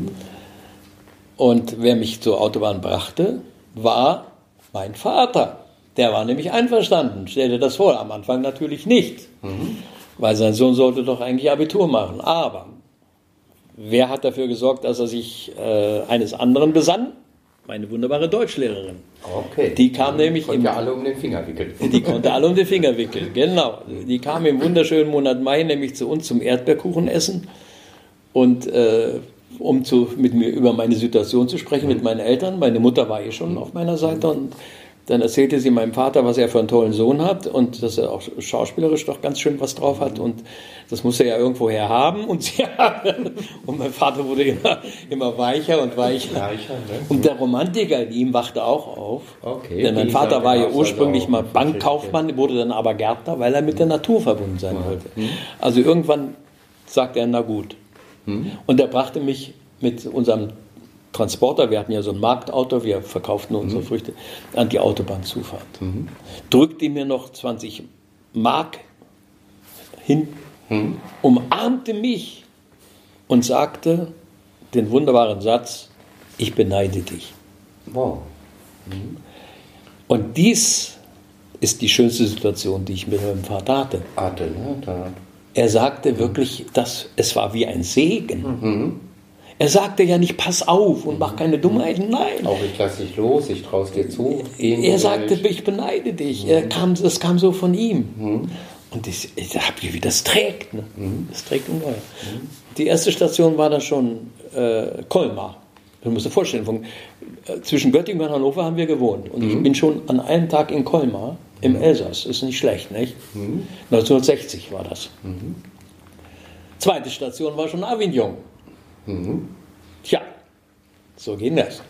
Und wer mich zur Autobahn brachte, war mein Vater. Der war nämlich einverstanden. Stell dir das vor, am Anfang natürlich nicht. Weil sein Sohn sollte doch eigentlich Abitur machen. Aber wer hat dafür gesorgt, dass er sich eines anderen besann? Meine wunderbare Deutschlehrerin. Okay. Die kam nämlich... Die konnte alle um den Finger wickeln. Die konnte alle um den Finger wickeln, genau. Die kam im wunderschönen Monat Mai nämlich zu uns zum Erdbeerkuchenessen. Und mit mir über meine Situation zu sprechen mit meinen Eltern. Meine Mutter war schon auf meiner Seite und dann erzählte sie meinem Vater, was er für einen tollen Sohn hat und dass er auch schauspielerisch doch ganz schön was drauf hat und das muss er ja irgendwoher haben und mein Vater wurde immer weicher und weicher. Und der Romantiker in ihm wachte auch auf. Okay, denn mein Vater war ja ursprünglich mal Bankkaufmann, wurde dann aber Gärtner, weil er mit der Natur verbunden sein wollte. Also irgendwann sagte er, na gut. Und er brachte mich mit unserem Transporter, wir hatten ja so ein Marktauto, wir verkauften unsere Früchte, an die Autobahnzufahrt. Drückte mir noch 20 Mark hin, umarmte mich und sagte den wunderbaren Satz, ich beneide dich. Wow. Und dies ist die schönste Situation, die ich mit meinem Vater hatte. Er sagte wirklich, es war wie ein Segen. Er sagte ja nicht, pass auf und mach keine Dummheiten, nein. Auch ich lasse dich los, ich traue es dir zu. Er sagte, ich beneide dich. Das kam so von ihm. Und ich habe wie das trägt. Ne? Das trägt ungeheuer. Die erste Station war dann schon Colmar. Du musst dir vorstellen, zwischen Göttingen und Hannover haben wir gewohnt. Und ich bin schon an einem Tag in Colmar, im Elsass. Ist nicht schlecht, nicht? 1960 war das. Zweite Station war schon Avignon. Tja, so ging das.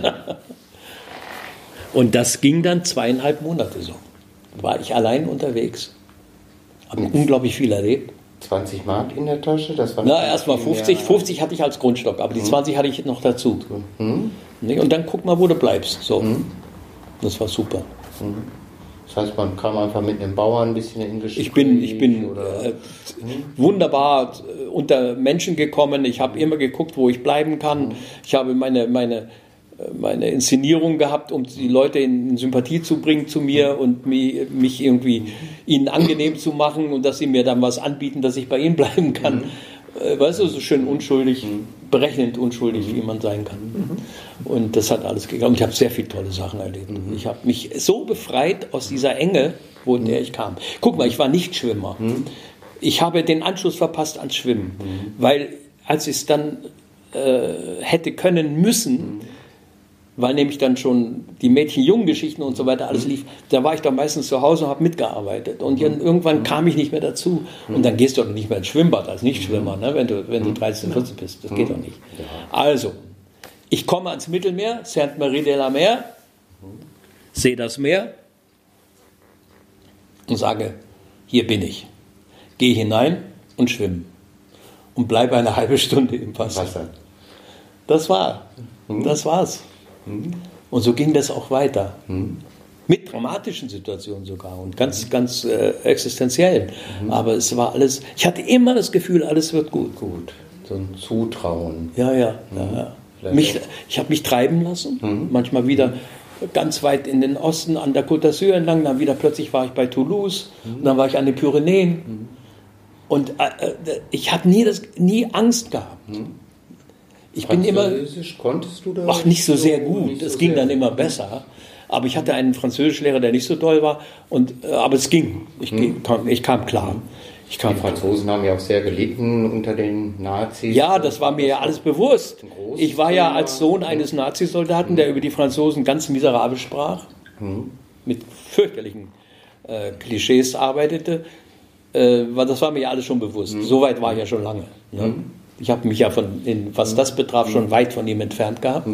Und das ging dann 2,5 Monate so. War ich allein unterwegs. Habe unglaublich viel erlebt. 20 Mark in der Tasche? Das war erstmal 50. 50 hatte ich als Grundstock, aber die 20 hatte ich noch dazu. Und dann guck mal, wo du bleibst. So. Das war super. Das heißt, man kam einfach mit einem Bauern ein bisschen in Gespräch. Ich bin wunderbar unter Menschen gekommen. Ich habe immer geguckt, wo ich bleiben kann. Ich habe meine Inszenierung gehabt, um die Leute in Sympathie zu bringen zu mir und mich irgendwie ihnen angenehm zu machen und dass sie mir dann was anbieten, dass ich bei ihnen bleiben kann. Weißt du, so schön unschuldig, berechnend unschuldig, wie man sein kann. Und das hat alles gegangen. Ich habe sehr viele tolle Sachen erlebt. Ich habe mich so befreit aus dieser Enge, in der ich kam. Guck mal, ich war nicht Schwimmer. Ich habe den Anschluss verpasst ans Schwimmen, weil als ich es dann hätte können müssen, weil nämlich dann schon die Mädchen-Jungen-Geschichten und so weiter alles lief, da war ich dann meistens zu Hause und habe mitgearbeitet. Und irgendwann kam ich nicht mehr dazu. Und dann gehst du auch nicht mehr ins Schwimmbad als Nichtschwimmer, ne? wenn du 13, 14 bist. Das geht doch nicht. Also, ich komme ans Mittelmeer, Sainte-Marie-de-la-Mer, sehe das Meer und sage, hier bin ich. Gehe hinein und schwimme. Und bleibe eine halbe Stunde im Wasser. Das war's. Und so ging das auch weiter. Mit dramatischen Situationen sogar und ganz existenziellen. Aber es war alles, ich hatte immer das Gefühl, alles wird gut. So ein Zutrauen. Ja. Ich habe mich treiben lassen, manchmal wieder ganz weit in den Osten an der Côte d'Azur entlang, dann wieder plötzlich war ich bei Toulouse, und dann war ich an den Pyrenäen. Und ich habe nie Angst gehabt. Ich bin immer. Konntest du da? Ach, nicht so sehr gut. Es ging dann immer besser. Aber ich hatte einen Französischlehrer, der nicht so toll war. Aber es ging. Ich kam klar. Die Franzosen haben ja auch sehr gelitten unter den Nazis. Ja, das war mir ja alles bewusst. Ich war ja als Sohn eines Nazisoldaten, der über die Franzosen ganz miserabel sprach, mit fürchterlichen Klischees arbeitete. Das war mir ja alles schon bewusst. Soweit war ich ja schon lange. Ne? Ich habe mich ja was das betraf, schon weit von ihm entfernt gehabt.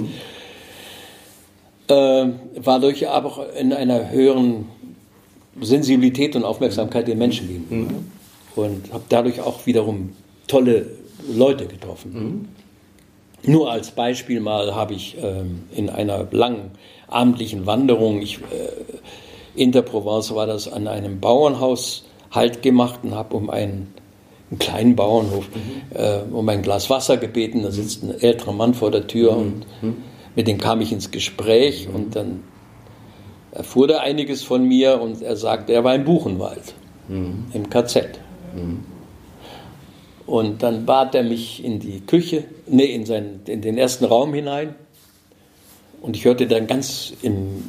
War durch aber auch in einer höheren Sensibilität und Aufmerksamkeit den Menschen gegenüber. Und habe dadurch auch wiederum tolle Leute getroffen. Nur als Beispiel mal habe ich in einer langen abendlichen Wanderung, in der Provence war das, an einem Bauernhaus Halt gemacht und habe um einen kleinen Bauernhof um ein Glas Wasser gebeten. Da sitzt ein älterer Mann vor der Tür und mit dem kam ich ins Gespräch und dann erfuhr er einiges von mir und er sagte, er war im Buchenwald, im KZ. Und dann bat er mich in die Küche, in den ersten Raum hinein und ich hörte dann ganz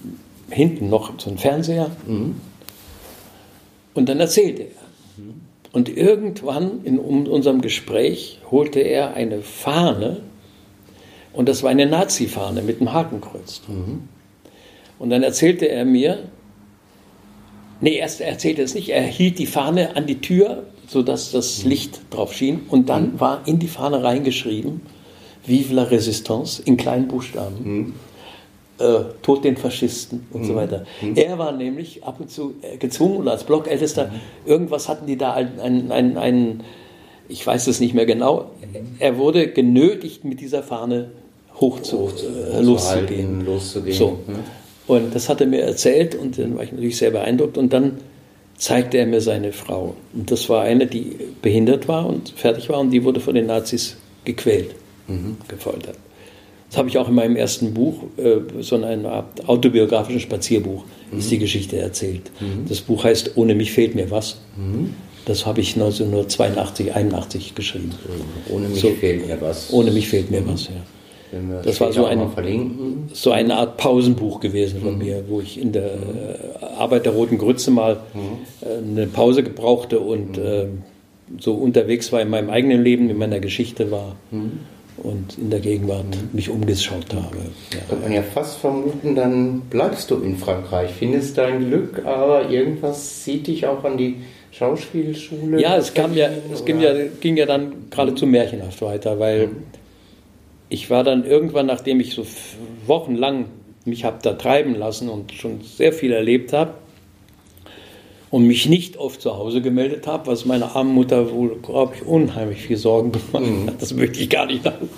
hinten noch so einen Fernseher und dann erzählte er. Und irgendwann in unserem Gespräch holte er eine Fahne, und das war eine Nazi-Fahne mit einem Hakenkreuz. Und dann erzählte er mir, erst erzählte er es nicht, er hielt die Fahne an die Tür, sodass das Licht drauf schien, und dann war in die Fahne reingeschrieben, Vive la Résistance, in kleinen Buchstaben. Tod den Faschisten und so weiter. Er war nämlich ab und zu gezwungen, oder als Blockältester, irgendwas hatten die da, ich weiß es nicht mehr genau, er wurde genötigt, mit dieser Fahne loszugehen. So. Und das hat er mir erzählt, und dann war ich natürlich sehr beeindruckt, und dann zeigte er mir seine Frau. Und das war eine, die behindert war und fertig war, und die wurde von den Nazis gequält, gefoltert. Das habe ich auch in meinem ersten Buch, so eine Art autobiografischen Spazierbuch, ist die Geschichte erzählt. Das Buch heißt Ohne mich fehlt mir was. Das habe ich 1982, 81 geschrieben. Ohne mich fehlt mir was. Ohne mich fehlt mir was, ja. Das war so eine Art Pausenbuch gewesen von mir, wo ich in der Arbeit der Roten Grütze mal eine Pause gebrauchte und so unterwegs war in meinem eigenen Leben, in meiner Geschichte war. Und in der Gegenwart mich umgeschaut habe. Ja. Kann man ja fast vermuten, dann bleibst du in Frankreich, findest dein Glück, aber irgendwas zieht dich auch an die Schauspielschule? Ja, es ging ja dann geradezu märchenhaft weiter, weil ich war dann irgendwann, nachdem ich so wochenlang mich habe da treiben lassen und schon sehr viel erlebt habe, und mich nicht oft zu Hause gemeldet habe, was meiner armen Mutter wohl, glaube ich, unheimlich viel Sorgen gemacht hat. Das möchte ich gar nicht sagen.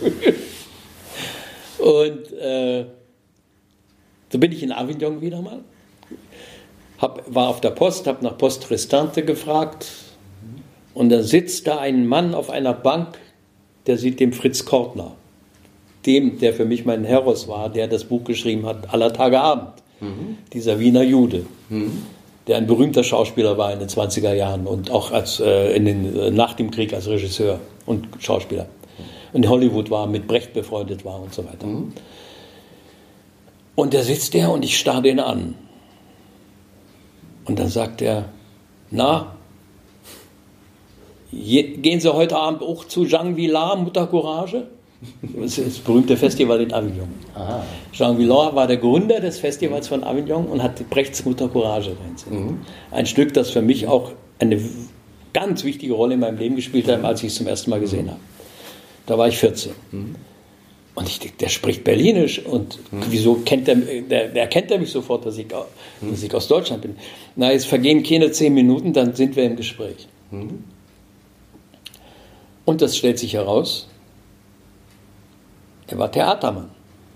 Und so bin ich in Avignon wieder mal. War auf der Post, habe nach Poste Restante gefragt, und da sitzt da ein Mann auf einer Bank, der sieht dem Fritz Kortner, dem, der für mich mein Heros war, der das Buch geschrieben hat, Aller Tage Abend, dieser Wiener Jude. Der ein berühmter Schauspieler war in den 20er Jahren und auch nach dem Krieg als Regisseur und Schauspieler. Und in Hollywood war, mit Brecht befreundet war und so weiter. Und da sitzt der, und ich starre den an. Und dann sagt er, gehen Sie heute Abend auch zu Jean Vilar, Mutter Courage? Das ist das berühmte Festival in Avignon. Jean Vilar war der Gründer des Festivals von Avignon und hat Brechts Mutter Courage reingezogen. Ein Stück, das für mich auch eine ganz wichtige Rolle in meinem Leben gespielt hat, als ich es zum ersten Mal gesehen habe. Da war ich 14. Und ich denke, der spricht Berlinisch, und wieso kennt er mich sofort, dass ich aus Deutschland bin? Na, jetzt vergehen keine 10 Minuten, dann sind wir im Gespräch. Und das stellt sich heraus, er war Theatermann.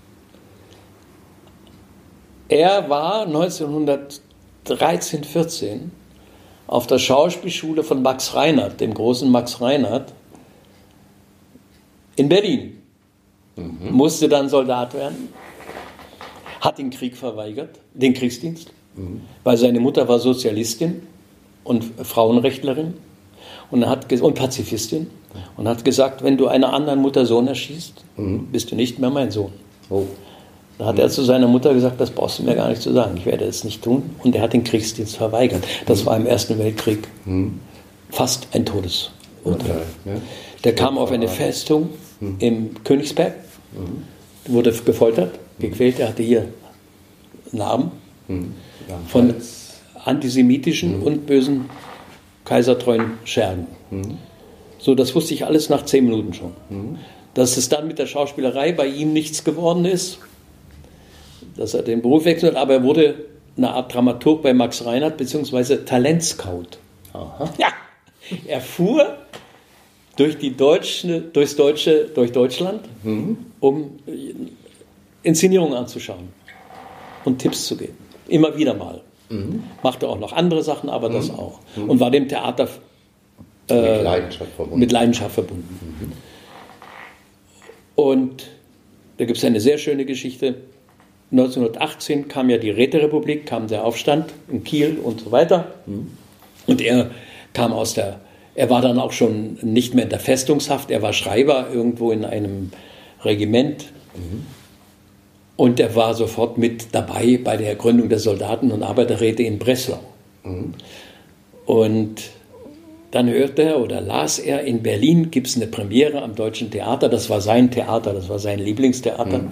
Er war 1913, 14 auf der Schauspielschule von Max Reinhardt, dem großen Max Reinhardt, in Berlin. Musste dann Soldat werden, hat den Krieg verweigert, den Kriegsdienst, weil seine Mutter war Sozialistin und Frauenrechtlerin und Pazifistin, und hat gesagt, wenn du einer anderen Mutter Sohn erschießt, bist du nicht mehr mein Sohn. Da hat er zu seiner Mutter gesagt, das brauchst du mir gar nicht zu sagen, ich werde es nicht tun. Und er hat den Kriegsdienst verweigert. Das war im Ersten Weltkrieg fast ein Todesurteil. Der kam auf eine Festung im Königsberg, wurde gefoltert, gequält. Er hatte hier Narben von antisemitischen und bösen kaisertreuen Schergen. So, das wusste ich alles nach 10 Minuten schon. Dass es dann mit der Schauspielerei bei ihm nichts geworden ist, dass er den Beruf wechselt, aber er wurde eine Art Dramaturg bei Max Reinhardt, beziehungsweise Talentscout. Ja, er fuhr durch Deutschland, um Inszenierungen anzuschauen und Tipps zu geben. Immer wieder mal. Machte auch noch andere Sachen, aber das auch. Und war dem Theater mit Leidenschaft verbunden. Und da gibt es eine sehr schöne Geschichte. 1918 kam ja die Räterepublik, kam der Aufstand in Kiel und so weiter. Und er war dann auch schon nicht mehr in der Festungshaft, er war Schreiber irgendwo in einem Regiment. Und er war sofort mit dabei bei der Gründung der Soldaten- und Arbeiterräte in Breslau. Und dann hörte er oder las er, in Berlin gibt es eine Premiere am Deutschen Theater. Das war sein Theater, das war sein Lieblingstheater.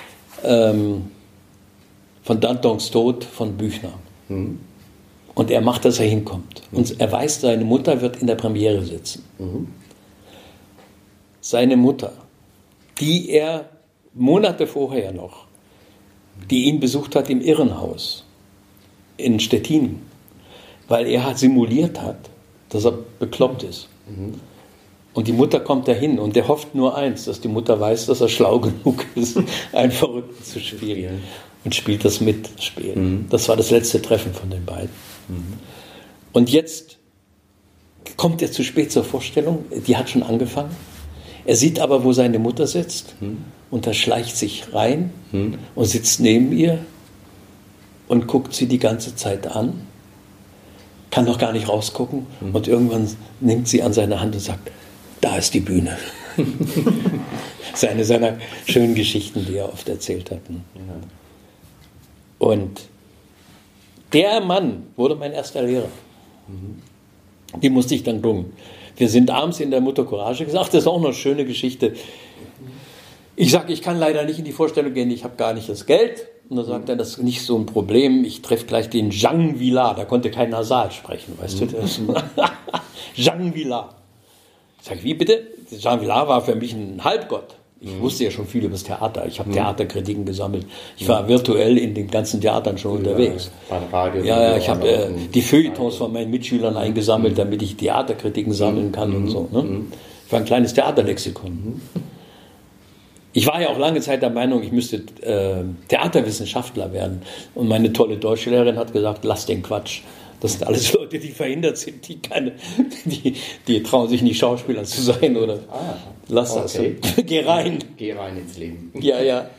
Von Dantons Tod von Büchner. Und er macht, dass er hinkommt. Und er weiß, seine Mutter wird in der Premiere sitzen. Seine Mutter, die er Monate vorher noch, die ihn besucht hat im Irrenhaus in Stettin, weil er simuliert hat, dass er bekloppt ist. Und die Mutter kommt dahin und der hofft nur eins, dass die Mutter weiß, dass er schlau genug ist, einen Verrückten zu spielen. Und spielt das Mitspiel. Das war das letzte Treffen von den beiden. Und jetzt kommt er zu spät zur Vorstellung, die hat schon angefangen. Er sieht aber, wo seine Mutter sitzt und er schleicht sich rein und sitzt neben ihr und guckt sie die ganze Zeit an, kann noch gar nicht rausgucken und irgendwann nimmt sie an seine Hand und sagt, da ist die Bühne. Das ist eine seiner schönen Geschichten, die er oft erzählt hat. Und der Mann wurde mein erster Lehrer. Die musste ich dann tun. Wir sind abends in der Mutter Courage gesagt, das ist auch noch eine schöne Geschichte. Ich sage, ich kann leider nicht in die Vorstellung gehen, ich habe gar nicht das Geld. Und dann sagt er, das ist nicht so ein Problem, ich treffe gleich den Jean Vilar, da konnte kein Nasal sprechen, weißt du das? Jean Vilar. Ich sage, wie bitte? Jean Vilar war für mich ein Halbgott. Ich wusste ja schon viel über das Theater. Ich habe Theaterkritiken gesammelt. Ich war virtuell in den ganzen Theatern schon unterwegs. Beim Radio. Ja, ich habe die Feuilletons von meinen Mitschülern eingesammelt, damit ich Theaterkritiken sammeln kann und so. Ne? Ich war ein kleines Theaterlexikon. Ich war ja auch lange Zeit der Meinung, ich müsste Theaterwissenschaftler werden. Und meine tolle Deutschlehrerin hat gesagt, lass den Quatsch. Das sind alles Leute, die verhindert sind, die trauen sich nicht, Schauspieler zu sein. Oder lass das. Geh rein. Geh rein ins Leben. Ja.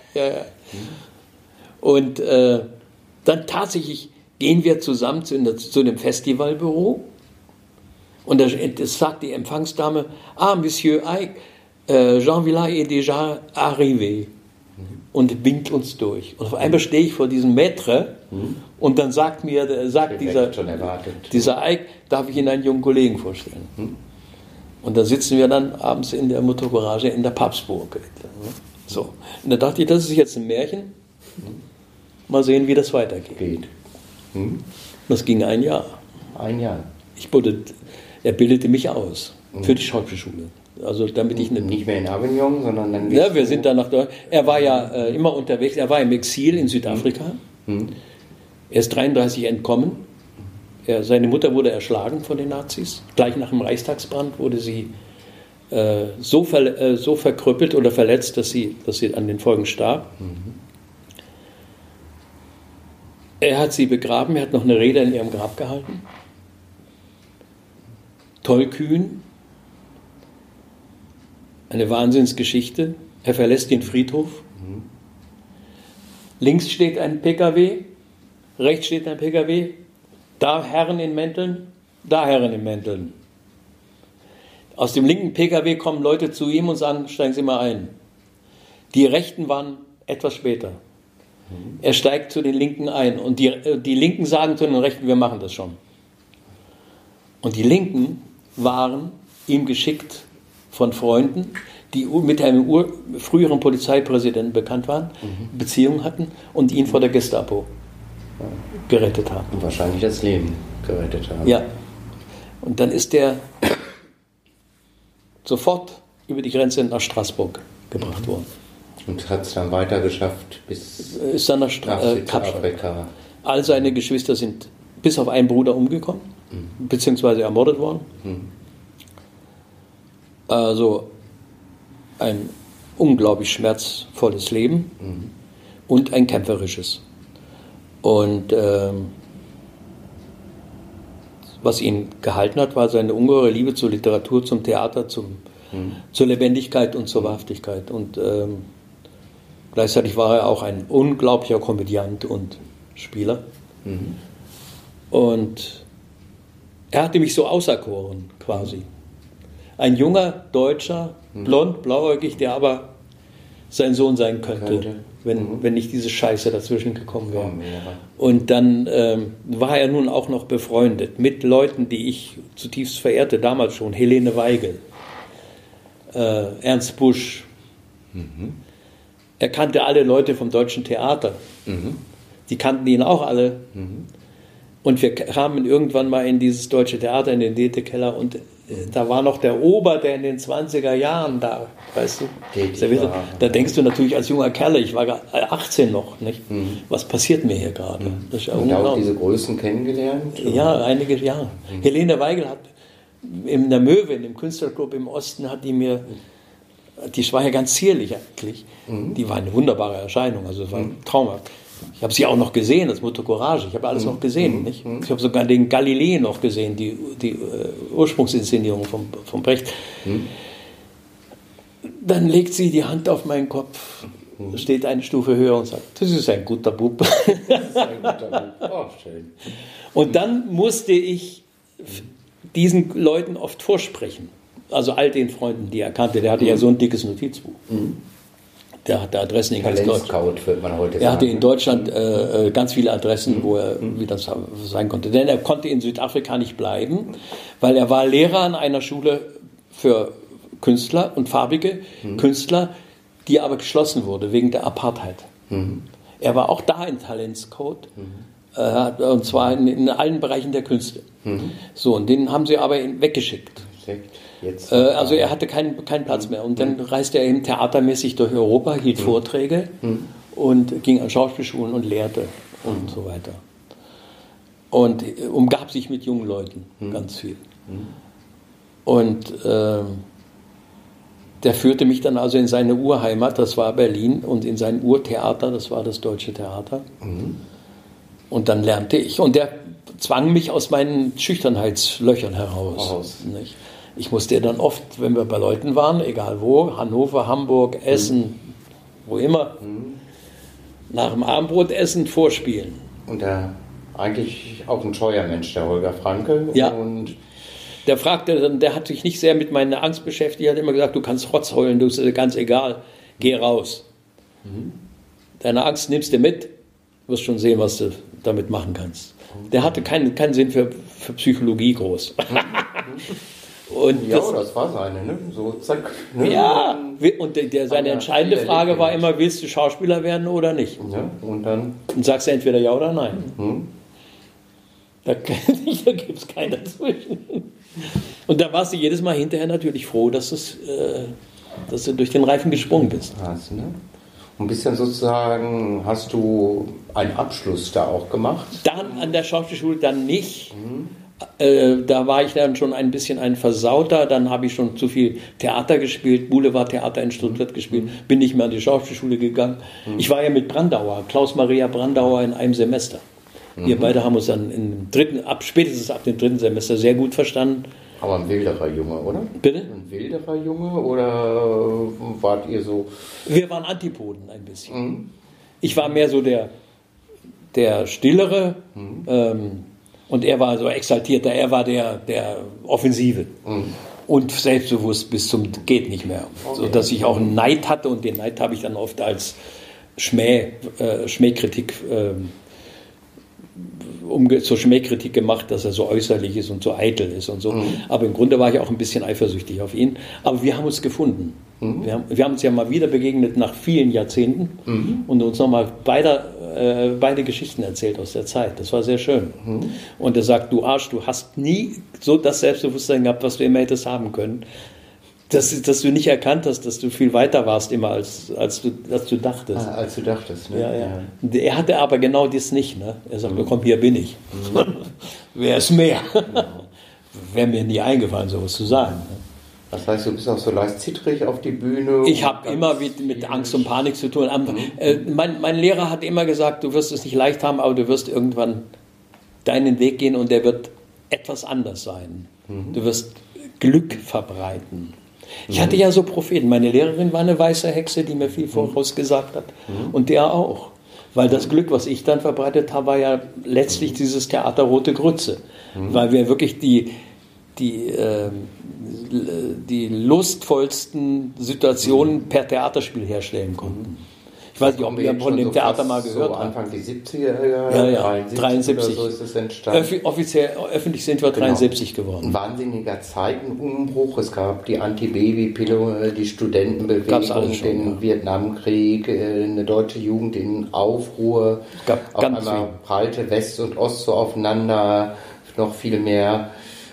Und dann tatsächlich gehen wir zusammen zu dem Festivalbüro. Und das sagt die Empfangsdame, Monsieur Eick, Jean Vilar est déjà arrivé. Und winkt uns durch. Und auf einmal stehe ich vor diesem Maître und dann sagt dieser Eick, darf ich Ihnen einen jungen Kollegen vorstellen? Und da sitzen wir dann abends in der Mutter Courage in der Papstburg. So. Und da dachte ich, das ist jetzt ein Märchen. Mal sehen, wie das weitergeht. Das ging ein Jahr. Ein Jahr. Er bildete mich aus für die Schauspielschule. Also damit ich nicht mehr in Avignon, sondern dann... Ja, wir sind dann nach Deutschland. Er war ja immer unterwegs. Er war im Exil in Südafrika. Er ist 1933 entkommen. Seine Mutter wurde erschlagen von den Nazis. Gleich nach dem Reichstagsbrand wurde sie so verkrüppelt oder verletzt, dass sie an den Folgen starb. Er hat sie begraben. Er hat noch eine Rede in ihrem Grab gehalten. Tollkühn. Eine Wahnsinnsgeschichte. Er verlässt den Friedhof. Links steht ein PKW, rechts steht ein PKW. Da Herren in Mänteln, da Herren in Mänteln. Aus dem linken PKW kommen Leute zu ihm und sagen, steigen Sie mal ein. Die Rechten waren etwas später. Er steigt zu den Linken ein und die Linken sagen zu den Rechten, wir machen das schon. Und die Linken waren ihm geschickt von Freunden, die mit einem früheren Polizeipräsidenten bekannt waren, Beziehungen hatten und ihn vor der Gestapo gerettet haben. Und wahrscheinlich das Leben gerettet haben. Ja. Und dann ist der sofort über die Grenze nach Straßburg gebracht worden. Und hat es dann weiter geschafft bis ist dann nach Südafrika. All seine Geschwister sind bis auf einen Bruder umgekommen, beziehungsweise ermordet worden. Also ein unglaublich schmerzvolles Leben und ein kämpferisches. Und was ihn gehalten hat, war seine ungeheure Liebe zur Literatur, zum Theater, zur Lebendigkeit und zur Wahrhaftigkeit. Und gleichzeitig war er auch ein unglaublicher Komödiant und Spieler. Und er hatte mich so auserkoren, quasi. Ein junger Deutscher, blond, blauäugig, der aber sein Sohn sein könnte. Wenn nicht diese Scheiße dazwischen gekommen wäre. Und dann war er nun auch noch befreundet mit Leuten, die ich zutiefst verehrte, damals schon. Helene Weigel, Ernst Busch. Er kannte alle Leute vom Deutschen Theater. Die kannten ihn auch alle. Und wir kamen irgendwann mal in dieses Deutsche Theater, in den Dete-Keller, und da war noch der Ober, der in den 20er Jahren da, weißt du? Da denkst du natürlich als junger Kerl, ich war 18 noch, nicht? Was passiert mir hier gerade? Das ist und auch diese Größen kennengelernt? Ja, einige Jahre. Helene Weigel hat in der Möwe, in dem Künstlerclub im Osten, hat die mir, die war ja ganz zierlich eigentlich, die war eine wunderbare Erscheinung, also es war traumhaft. Ich habe sie auch noch gesehen, das Motto Courage. Ich habe alles noch gesehen. Nicht? Ich habe sogar den Galilei noch gesehen, die Ursprungsinszenierung vom Brecht. Dann legt sie die Hand auf meinen Kopf, steht eine Stufe höher und sagt, das ist ein guter Bub. Das ist ein guter Bub. Oh, schön. Und dann musste ich diesen Leuten oft vorsprechen. Also all den Freunden, die er kannte. Der hatte ja so ein dickes Notizbuch. Der hatte Adressen in ganz Deutschland. Wird man heute sagen. Er hatte in Deutschland ganz viele Adressen, wo er wie das sein konnte. Denn er konnte in Südafrika nicht bleiben, weil er war Lehrer an einer Schule für Künstler und farbige Künstler, die aber geschlossen wurde wegen der Apartheid. Er war auch da in Talentscode, und zwar in allen Bereichen der Künste. So, und den haben sie aber weggeschickt. Jetzt, also er hatte keinen Platz mehr. Und dann reiste er eben theatermäßig durch Europa, hielt Vorträge und ging an Schauspielschulen und lehrte und so weiter. Und umgab sich mit jungen Leuten ganz viel. Und der führte mich dann also in seine Urheimat, das war Berlin, und in sein Urtheater, das war das Deutsche Theater. Und dann lernte ich. Und der zwang mich aus meinen Schüchternheitslöchern heraus. Nicht? Ich musste dann oft, wenn wir bei Leuten waren, egal wo, Hannover, Hamburg, Essen, wo immer, nach dem Abendbrotessen vorspielen. Und der eigentlich auch ein scheuer Mensch, der Holger Franke. Ja. Und der fragte dann, der hat sich nicht sehr mit meiner Angst beschäftigt, er hat immer gesagt, du kannst Rotz heulen, du ist ganz egal, geh raus. Deine Angst nimmst du mit, wirst schon sehen, was du damit machen kannst. Der hatte keinen Sinn für Psychologie groß. Und das war seine, ne? So zack. Ne? Ja, und seine entscheidende Frage war immer, willst du Schauspieler werden oder nicht? Ja, und dann? Und sagst du entweder ja oder nein. Da gibt es keinen dazwischen. Und da warst du jedes Mal hinterher natürlich froh, dass du durch den Reifen gesprungen bist. Hast, ne? Und bist dann sozusagen, hast du einen Abschluss da auch gemacht? Dann an der Schauspielschule dann nicht. Da war ich dann schon ein bisschen ein Versauter, dann habe ich schon zu viel Theater gespielt, Boulevardtheater in Stuttgart gespielt, bin nicht mehr an die Schauspielschule gegangen. Ich war ja mit Brandauer, Klaus-Maria Brandauer in einem Semester. Wir beide haben uns dann spätestens ab dem 3. Semester sehr gut verstanden. Aber ein wilderer Junge, oder? Bitte? Ein wilderer Junge oder wart ihr so? Wir waren Antipoden ein bisschen. Ich war mehr so der Stillere, und er war so exaltierter, er war der Offensive. Und selbstbewusst bis zum geht nicht mehr. Okay. So dass ich auch einen Neid hatte, und den Neid habe ich dann oft als Schmähkritik zur Schmähkritik gemacht, dass er so äußerlich ist und so eitel ist und so. Aber im Grunde war ich auch ein bisschen eifersüchtig auf ihn. Aber wir haben uns gefunden. Wir haben uns ja mal wieder begegnet nach vielen Jahrzehnten und uns nochmal beide Geschichten erzählt aus der Zeit. Das war sehr schön. Und er sagt, du Arsch, du hast nie so das Selbstbewusstsein gehabt, was du immer hättest haben können. Dass du nicht erkannt hast, dass du viel weiter warst immer, als du dachtest. Als du dachtest, ne? Ja. Er hatte aber genau das nicht. Ne? Er sagte, komm, hier bin ich. Wer ist mehr? Wäre mir nie eingefallen, sowas zu sagen. Ne? Das heißt, du bist auch so leicht zittrig auf die Bühne? Ich habe immer mit Angst und Panik zu tun. Mein Lehrer hat immer gesagt, du wirst es nicht leicht haben, aber du wirst irgendwann deinen Weg gehen und der wird etwas anders sein. Du wirst Glück verbreiten. Ich hatte ja so Propheten. Meine Lehrerin war eine weiße Hexe, die mir viel vorausgesagt hat. Und der auch. Weil das Glück, was ich dann verbreitet habe, war ja letztlich dieses Theater Rote Grütze. Weil wir wirklich die lustvollsten Situationen per Theaterspiel herstellen konnten. Ich weiß nicht, ob wir von dem Theater mal gehört haben. Anfang die 70er Jahre, ja, 73 oder so ist es entstanden. Öffentlich sind wir 73 geworden. Ein wahnsinniger Zeitenumbruch. Es gab die Anti-Baby-Pille, die Studentenbewegung, den Vietnamkrieg, eine deutsche Jugend in Aufruhr. Auf einmal prallte West und Ost so aufeinander, noch viel mehr.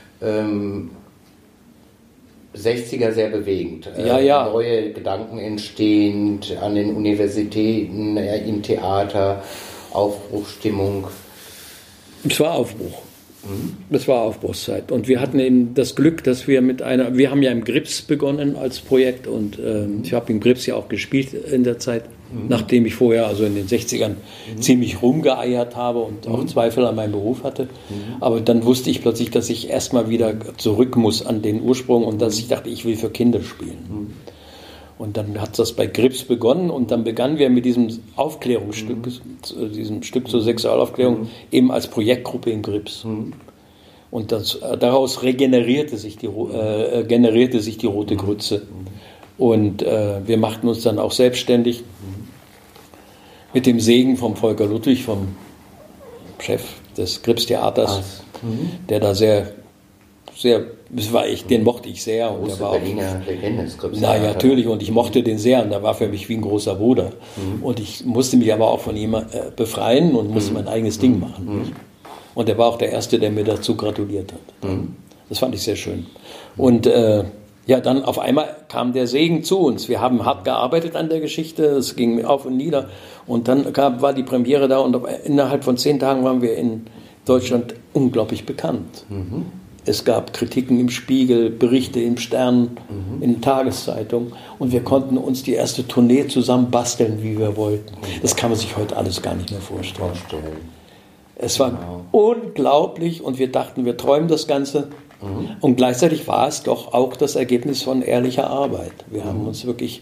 60er sehr bewegend. Neue Gedanken entstehend an den Universitäten, im Theater, Aufbruchsstimmung. Es war Aufbruch. Es war Aufbruchszeit. Und wir hatten eben das Glück, dass wir wir haben ja im Grips begonnen als Projekt und ich habe im Grips ja auch gespielt in der Zeit, nachdem ich vorher, also in den 60ern, ziemlich rumgeeiert habe und auch Zweifel an meinem Beruf hatte. Aber dann wusste ich plötzlich, dass ich erstmal wieder zurück muss an den Ursprung und dass ich dachte, ich will für Kinder spielen. Und dann hat das bei Grips begonnen und dann begannen wir mit diesem Aufklärungsstück, diesem Stück zur Sexualaufklärung, eben als Projektgruppe in Grips. Und daraus generierte sich die Rote Grütze. Und wir machten uns dann auch selbstständig mit dem Segen vom Volker Ludwig, vom Chef des Grips-Theaters, der da den mochte ich sehr. Und der war Berliner Legende des Grips-Theaters. Na, natürlich, und ich mochte den sehr und der war für mich wie ein großer Bruder. Und ich musste mich aber auch von ihm befreien und musste mein eigenes Ding machen. Und er war auch der Erste, der mir dazu gratuliert hat. Das fand ich sehr schön. Und dann auf einmal kam der Segen zu uns. Wir haben hart gearbeitet an der Geschichte, es ging auf und nieder. Und dann war die Premiere da und innerhalb von 10 Tagen waren wir in Deutschland unglaublich bekannt. Es gab Kritiken im Spiegel, Berichte im Stern, in Tageszeitungen und wir konnten uns die erste Tournee zusammen basteln, wie wir wollten. Das kann man sich heute alles gar nicht mehr vorstellen. Es war unglaublich und wir dachten, wir träumen das Ganze. Und gleichzeitig war es doch auch das Ergebnis von ehrlicher Arbeit. Wir haben uns wirklich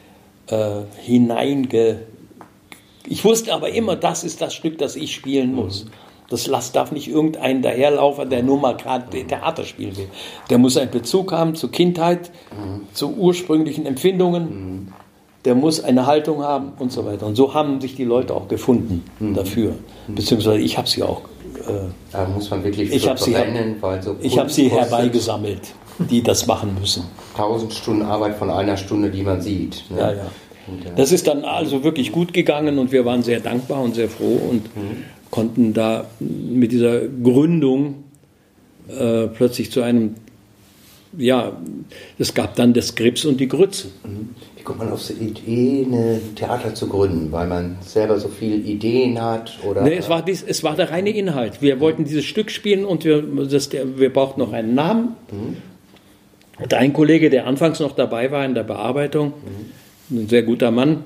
Ich wusste aber immer, das ist das Stück, das ich spielen muss. Das darf nicht irgendein Daherlaufer, der nur mal gerade Theater spielen will. Der muss einen Bezug haben zur Kindheit, zu ursprünglichen Empfindungen. Der muss eine Haltung haben und so weiter. Und so haben sich die Leute auch gefunden dafür. Beziehungsweise ich habe sie auch. Da muss man wirklich ich habe sie herbeigesammelt, die das machen müssen. 1000 Stunden Arbeit von einer Stunde, die man sieht. Ne? Ja. Das ist dann also wirklich gut gegangen und wir waren sehr dankbar und sehr froh und konnten da mit dieser Gründung plötzlich zu einem, es gab dann das Grips und die Grütze. Wie kommt man auf die Idee, ein Theater zu gründen? Weil man selber so viele Ideen hat? Oder? Nee, es war der reine Inhalt. Wir wollten dieses Stück spielen und wir brauchten noch einen Namen. Und ein Kollege, der anfangs noch dabei war in der Bearbeitung, ein sehr guter Mann,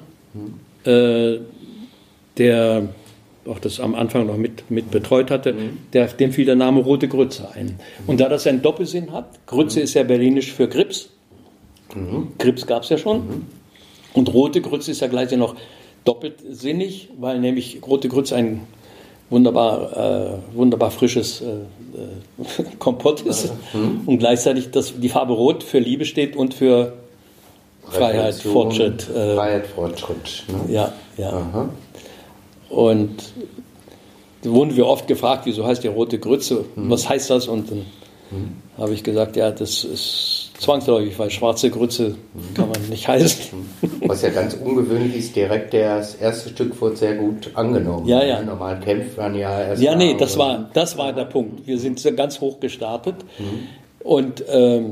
der auch das am Anfang noch mit betreut hatte, dem fiel der Name Rote Grütze ein. Und da das einen Doppelsinn hat, Grütze ist ja berlinisch für Grips, Grips gab es ja schon, und Rote Grütze ist ja gleich noch doppelt sinnig, weil nämlich Rote Grütze ein wunderbar frisches Kompott ist und gleichzeitig die Farbe Rot für Liebe steht und für Freiheit, Fortschritt. Freiheit, Fortschritt. Ne? Ja. Aha. Und da wurden wir oft gefragt, wieso heißt die Rote Grütze? Was heißt das? Und dann habe ich gesagt, das ist zwangsläufig, weil schwarze Grütze kann man nicht heißen. Was ja ganz ungewöhnlich ist, direkt das erste Stück wurde sehr gut angenommen. Ja. Normal kämpft man ja erst. Ja, nee, das war der Punkt. Wir sind ganz hoch gestartet und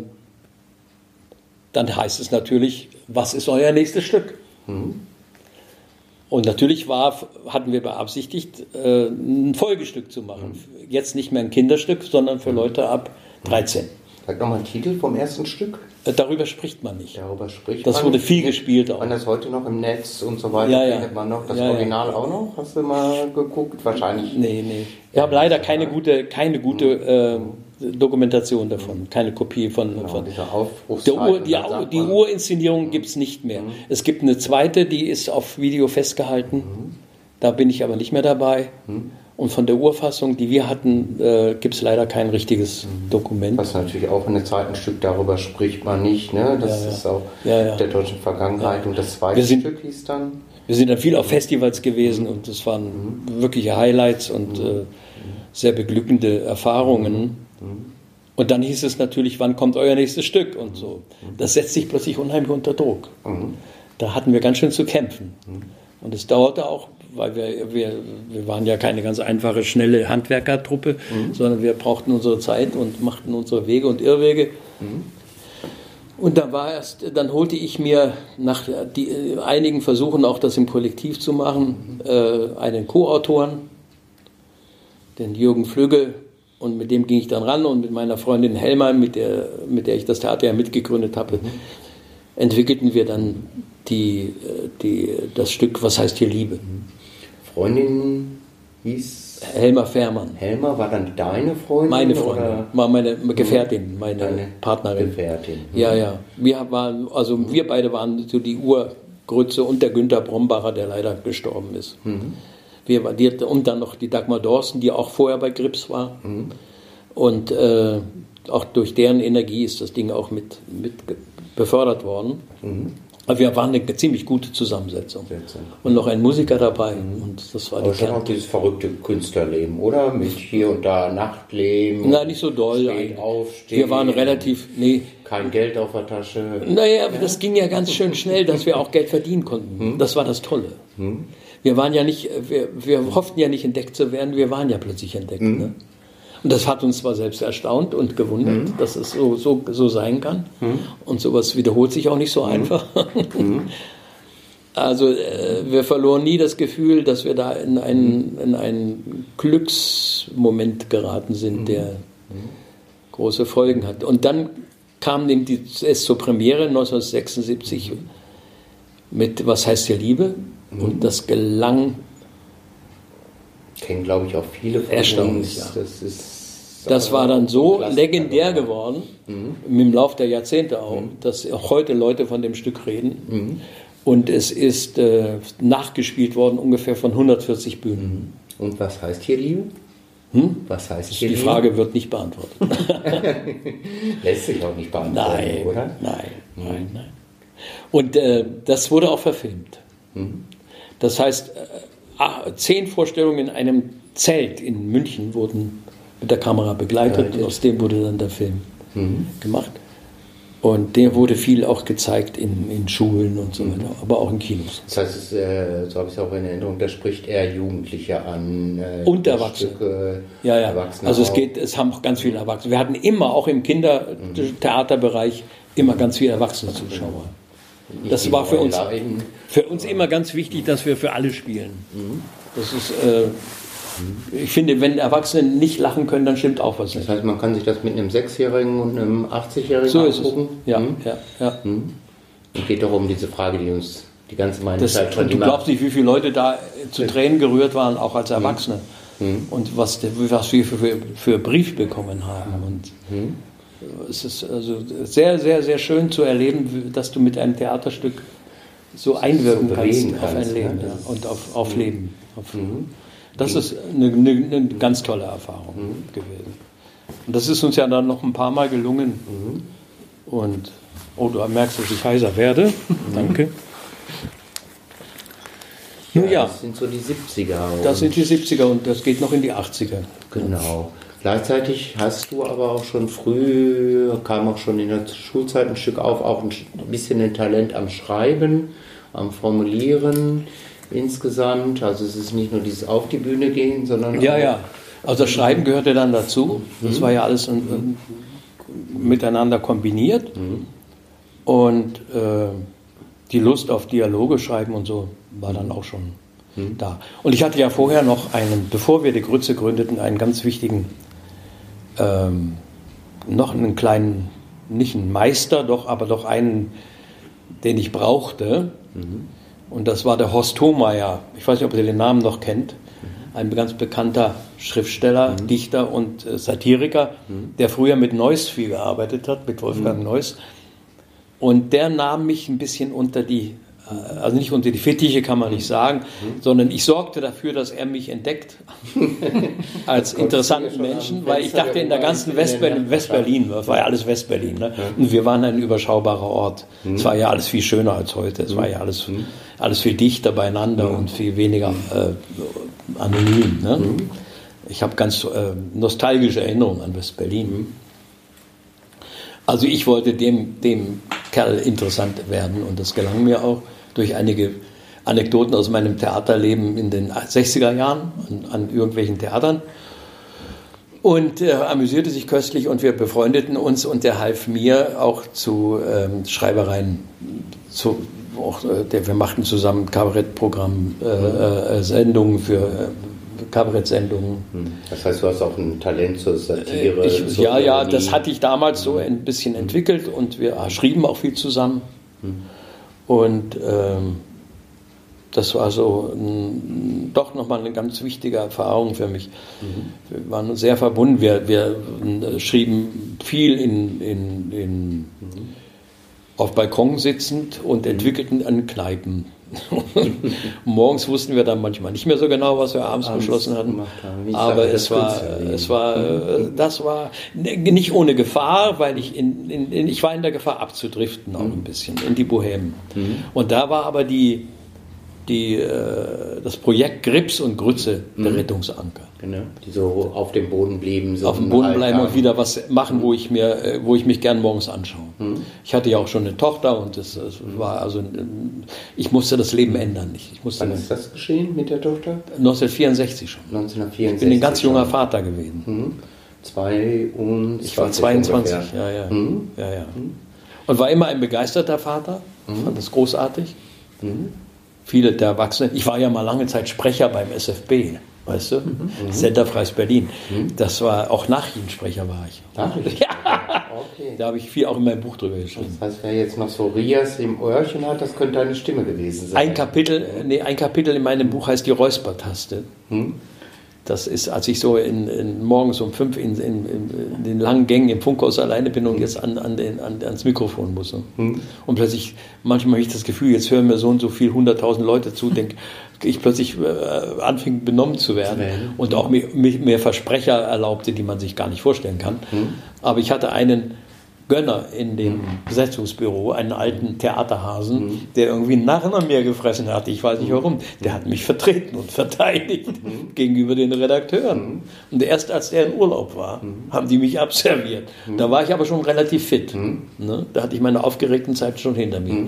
dann heißt es natürlich, was ist euer nächstes Stück? Und natürlich hatten wir beabsichtigt, ein Folgestück zu machen. Jetzt nicht mehr ein Kinderstück, sondern für Leute ab 13. Sag nochmal einen Titel vom ersten Stück. Darüber spricht man nicht. Das man wurde viel gespielt auch. Man das heute noch im Netz und so weiter findet man noch. Das Original auch noch? Hast du mal geguckt? Wahrscheinlich. Nee. Wir haben leider keine gute Dokumentation davon, keine Kopie von die Urinszenierung gibt es nicht mehr. Es gibt eine zweite, die ist auf Video festgehalten. Da bin ich aber nicht mehr dabei. Und von der Urfassung, die wir hatten, gibt es leider kein richtiges Dokument. Was natürlich auch in der zweiten Stück, darüber spricht man nicht, ne? Das ist auch der deutschen Vergangenheit. Und das zweite Stück hieß dann? Wir sind dann viel auf Festivals gewesen und das waren wirkliche Highlights und sehr beglückende Erfahrungen. Und dann hieß es natürlich, wann kommt euer nächstes Stück und so. Das setzt sich plötzlich unheimlich unter Druck. Da hatten wir ganz schön zu kämpfen. Und es dauerte auch, weil wir waren ja keine ganz einfache, schnelle Handwerkertruppe, sondern wir brauchten unsere Zeit und machten unsere Wege und Irrwege. Und dann holte ich mir nach einigen Versuchen, auch das im Kollektiv zu machen, einen Co-Autoren, den Jürgen Flügge, und mit dem ging ich dann ran und mit meiner Freundin Helma, mit der ich das Theater ja mitgegründet habe, entwickelten wir dann das Stück Was heißt hier Liebe? Freundin hieß? Helma Fährmann. Helma war dann deine Freundin? Meine Freundin, war meine Gefährtin, meine Partnerin. Gefährtin. Ja. Wir beide waren so die Urgrütze und der Günter Brombacher, der leider gestorben ist. Und dann noch die Dagmar Dorsten, die auch vorher bei Grips war. Und auch durch deren Energie ist das Ding auch mit befördert worden. Aber wir waren eine ziemlich gute Zusammensetzung. Und noch ein Musiker dabei. Und das war aber schon auch dieses verrückte Künstlerleben, oder? Mit hier und da Nachtleben. Nein, nicht so doll. Aufstehen. Wir waren relativ, kein Geld auf der Tasche. Naja, aber das ging ja ganz schön schnell, dass wir auch Geld verdienen konnten. Das war das Tolle. Wir waren ja nicht, wir hofften ja nicht entdeckt zu werden, wir waren ja plötzlich entdeckt. Ne? Und das hat uns zwar selbst erstaunt und gewundert, dass es so sein kann. Und sowas wiederholt sich auch nicht so einfach. Also wir verloren nie das Gefühl, dass wir da in einen Glücksmoment geraten sind, der große Folgen hat. Und dann kam es zur Premiere 1976 mit Was heißt hier Liebe? Und das gelang. Kennen, glaube ich, auch viele von erstaunlich, uns. Das war dann so legendär geworden, im Laufe der Jahrzehnte auch, dass auch heute Leute von dem Stück reden. Und es ist nachgespielt worden, ungefähr von 140 Bühnen. Und was heißt hier Liebe? Was heißt hier Liebe? Die Frage wird nicht beantwortet. Lässt sich auch nicht beantworten, oder? Nein. Und das wurde auch verfilmt. Das heißt, 10 Vorstellungen in einem Zelt in München wurden mit der Kamera begleitet und aus dem wurde dann der Film gemacht. Und der wurde viel auch gezeigt in Schulen und so weiter, aber auch in Kinos. Das heißt, so habe ich es auch in Erinnerung, da spricht er Jugendliche an. Und Erwachsene. Erwachsene also es haben auch ganz viele Erwachsene. Wir hatten immer, auch im Kindertheaterbereich, immer ganz viele erwachsene Zuschauer. Das war für uns immer ganz wichtig, dass wir für alle spielen. Das ist, ich finde, wenn Erwachsene nicht lachen können, dann stimmt auch was nicht. Das heißt, man kann sich das mit einem 6-Jährigen und einem 80-Jährigen so angucken? Ist es. Ja. Es geht doch um diese Frage, die uns die ganze Zeit schon du glaubst nicht, wie viele Leute da zu Tränen gerührt waren, auch als Erwachsene. Und was wir für Brief bekommen haben. Und es ist also sehr, sehr, sehr schön zu erleben, dass du mit einem Theaterstück so einwirken kannst auf ein Leben und auf Leben. Das ist eine ganz tolle Erfahrung gewesen. Und das ist uns ja dann noch ein paar Mal gelungen. Und du merkst, dass ich heiser werde. Danke. Das sind so die 70er. Das sind die 70er und das geht noch in die 80er. Genau. Gleichzeitig hast du aber auch schon früh, kam auch schon in der Schulzeit ein Stück auf, auch ein bisschen ein Talent am Schreiben, am Formulieren insgesamt. Also es ist nicht nur dieses auf die Bühne gehen, sondern auch... Also das Schreiben gehörte dann dazu. Das war ja alles miteinander kombiniert. Und die Lust auf Dialoge schreiben und so war dann auch schon da. Und ich hatte ja vorher noch bevor wir die Grütze gründeten, einen ganz wichtigen, noch einen kleinen, nicht einen Meister, aber doch einen, den ich brauchte. Und das war der Horst Thomeier. Ich weiß nicht, ob ihr den Namen noch kennt. Ein ganz bekannter Schriftsteller, Dichter und Satiriker, der früher mit Neuss viel gearbeitet hat, mit Wolfgang Neuss. Und der nahm mich ein bisschen unter die Also nicht unter die Fittiche kann man nicht sagen, sondern ich sorgte dafür, dass er mich entdeckt als interessanten Menschen, weil ich dachte, in der ganzen Westberlin, das war ja alles Westberlin, ne? Und wir waren ein überschaubarer Ort. Es war ja alles viel schöner als heute. Es war ja alles viel dichter beieinander und viel weniger anonym. Ne? Ich habe ganz nostalgische Erinnerungen an Westberlin. Also ich wollte dem Kerl interessant werden und das gelang mir auch durch einige Anekdoten aus meinem Theaterleben in den 60er Jahren an irgendwelchen Theatern. Und er amüsierte sich köstlich und wir befreundeten uns und er half mir auch zu Schreibereien. Wir machten zusammen Kabarettprogramm, Sendungen für Kabarettsendungen. Das heißt, du hast auch ein Talent zur Satire. Ja, das hatte ich damals so ein bisschen entwickelt und wir schrieben auch viel zusammen. Und das war so doch nochmal eine ganz wichtige Erfahrung für mich. Wir waren sehr verbunden. Wir schrieben viel auf Balkon sitzend und entwickelten an Kneipen. Morgens wussten wir dann manchmal nicht mehr so genau, was wir abends beschlossen hatten. Aber das war nicht ohne Gefahr, weil ich war in der Gefahr abzudriften auch ein bisschen in die Bohème. Und da war aber das Projekt Grips und Grütze der Rettungsanker. Genau, die so auf dem Boden blieben. So auf dem Boden bleiben und wieder was machen, wo ich mich gern morgens anschaue. Ich hatte ja auch schon eine Tochter und das war also, ich musste das Leben ändern. Wann ist das geschehen mit der Tochter? 1964 schon. 1964. Ich bin ein ganz junger Vater gewesen. 22. Ich war 22, ja. Und war immer ein begeisterter Vater, fand das großartig. Viele der Erwachsenen, ich war ja mal lange Zeit Sprecher beim SFB, weißt du, Senderkreis Berlin. Das war, auch Nachrichtensprecher war ich. Nachrichtensprecher? Ja. Okay. Da habe ich viel auch in meinem Buch drüber geschrieben. Das heißt, wer jetzt noch so Rias im Öhrchen hat, das könnte eine Stimme gewesen sein. Ein Kapitel in meinem Buch heißt die Räuspertaste. Das ist, als ich so morgens um 5 in den langen Gängen im Funkhaus alleine bin und jetzt ans Mikrofon muss. Und plötzlich, manchmal habe ich das Gefühl, jetzt hören mir so und so viel 100.000 Leute zu, denke ich plötzlich anfing benommen zu werden und auch mir Versprecher erlaubte, die man sich gar nicht vorstellen kann. Aber ich hatte einen Gönner in dem Besetzungsbüro, einen alten Theaterhasen, der irgendwie einen Narren an mir gefressen hatte. Ich weiß nicht warum. Der hat mich vertreten und verteidigt gegenüber den Redakteuren. Und erst als der in Urlaub war, haben die mich abserviert. Da war ich aber schon relativ fit. Ne? Da hatte ich meine aufgeregten Zeit schon hinter mir.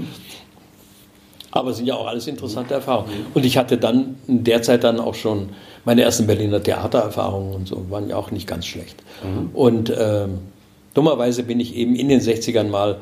Aber es sind ja auch alles interessante Erfahrungen. Und ich hatte dann in der Zeit dann auch schon meine ersten Berliner Theatererfahrungen und so, waren ja auch nicht ganz schlecht. Und dummerweise bin ich eben in den 60ern mal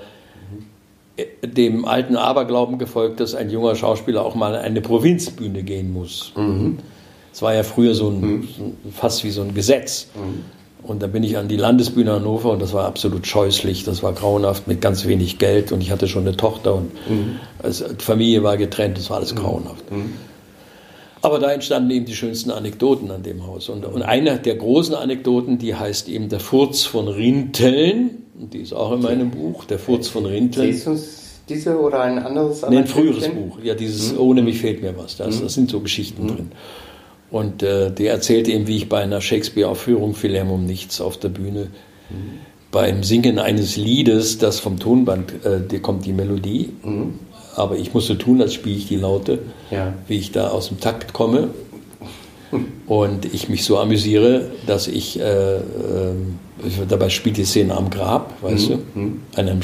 dem alten Aberglauben gefolgt, dass ein junger Schauspieler auch mal an eine Provinzbühne gehen muss. Es war ja früher fast wie so ein Gesetz. Und da bin ich an die Landesbühne Hannover und das war absolut scheußlich, das war grauenhaft mit ganz wenig Geld und ich hatte schon eine Tochter und die Familie war getrennt, das war alles grauenhaft. Aber da entstanden eben die schönsten Anekdoten an dem Haus. Und eine der großen Anekdoten, die heißt eben der Furz von Rinteln. Und die ist auch in meinem Buch, der Furz von Rinteln. Siehst du diese oder ein anderes? Ein früheres Buch. Ja, dieses Ohne mich fehlt mir was. Das sind so Geschichten drin. Und der erzählte eben, wie ich bei einer Shakespeare-Aufführung Philem um nichts auf der Bühne beim Singen eines Liedes, das vom Tonband, kommt die Melodie, aber ich musste tun, als spiele ich die Laute, wie ich da aus dem Takt komme und ich mich so amüsiere, dass ich dabei spielt die Szene am Grab, weißt du, einer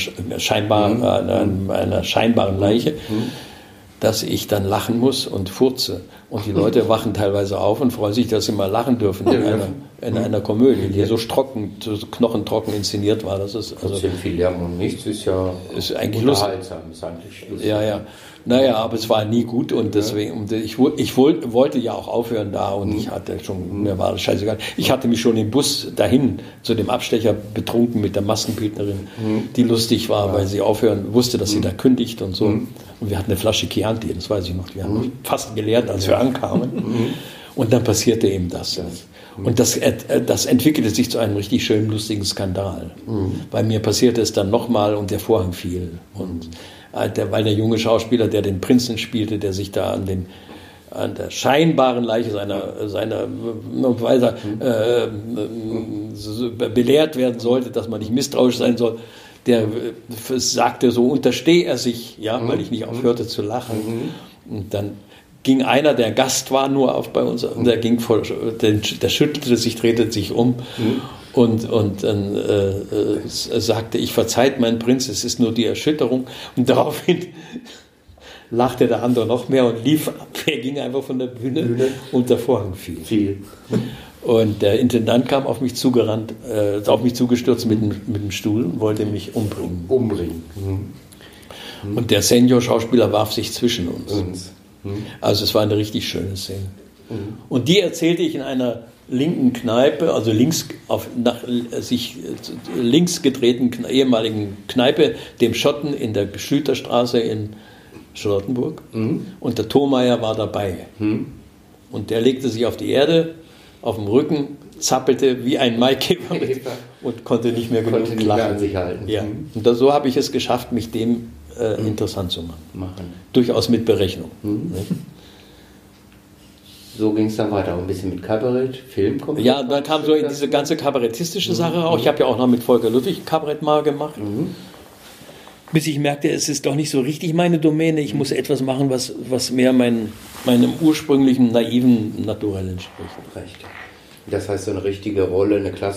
scheinbaren Leiche, dass ich dann lachen muss und furze. Und die Leute wachen teilweise auf und freuen sich, dass sie mal lachen dürfen in einer Komödie, die so knochentrocken inszeniert war. Das ist also viel Lärm und nichts ist eigentlich unterhaltsam, ist eigentlich lustig. Ja. Naja, aber es war nie gut und deswegen, ich wollte ja auch aufhören da und ich hatte schon, mir war das scheißegal. Ich hatte mich schon im Bus dahin zu dem Abstecher betrunken mit der Maskenbildnerin, die lustig war, weil sie aufhören wusste, dass sie da kündigt und so. Und wir hatten eine Flasche Chianti, das weiß ich noch, die haben fast geleert, als wir ankamen. Und dann passierte eben das. Und das entwickelte sich zu einem richtig schönen, lustigen Skandal. Bei mir passierte es dann nochmal und der Vorhang fiel. Und weil der junge Schauspieler, der den Prinzen spielte, der sich da an der scheinbaren Leiche seiner belehrt werden sollte, dass man nicht misstrauisch sein soll, der sagte, so unterstehe er sich, weil ich nicht aufhörte zu lachen. Und dann ging einer, der Gast war, nur auf bei uns, und der schüttelte sich, drehte sich um und dann sagte, ich verzeiht meinen Prinz, es ist nur die Erschütterung. Und daraufhin lachte der andere noch mehr und lief ab. Er ging einfach von der Bühne und der Vorhang fiel. Und der Intendant kam auf mich zugerannt, auf mich zugestürzt mit dem Stuhl und wollte mich umbringen. Und der Senior-Schauspieler warf sich zwischen uns. Also es war eine richtig schöne Szene. Und die erzählte ich in einer linken Kneipe, also links gedrehten ehemaligen Kneipe, dem Schotten in der Schüterstraße in Charlottenburg. Und der Thomeier war dabei. Und der legte sich auf die Erde, auf dem Rücken, zappelte wie ein Maikäfer und konnte nicht mehr genug lachen. Sich halten. Ja. Und so habe ich es geschafft, mich dem interessant zu machen. Durchaus mit Berechnung. So ging es dann weiter, auch ein bisschen mit Kabarett, Film kommt. Ja, dann kam so diese ganze kabarettistische Sache auch. Ich habe ja auch noch mit Volker Ludwig Kabarett mal gemacht. Bis ich merkte, es ist doch nicht so richtig meine Domäne. Ich muss etwas machen, was mehr meinem ursprünglichen, naiven Naturell entspricht. Recht. Das heißt, so eine richtige Rolle, eine Klasse.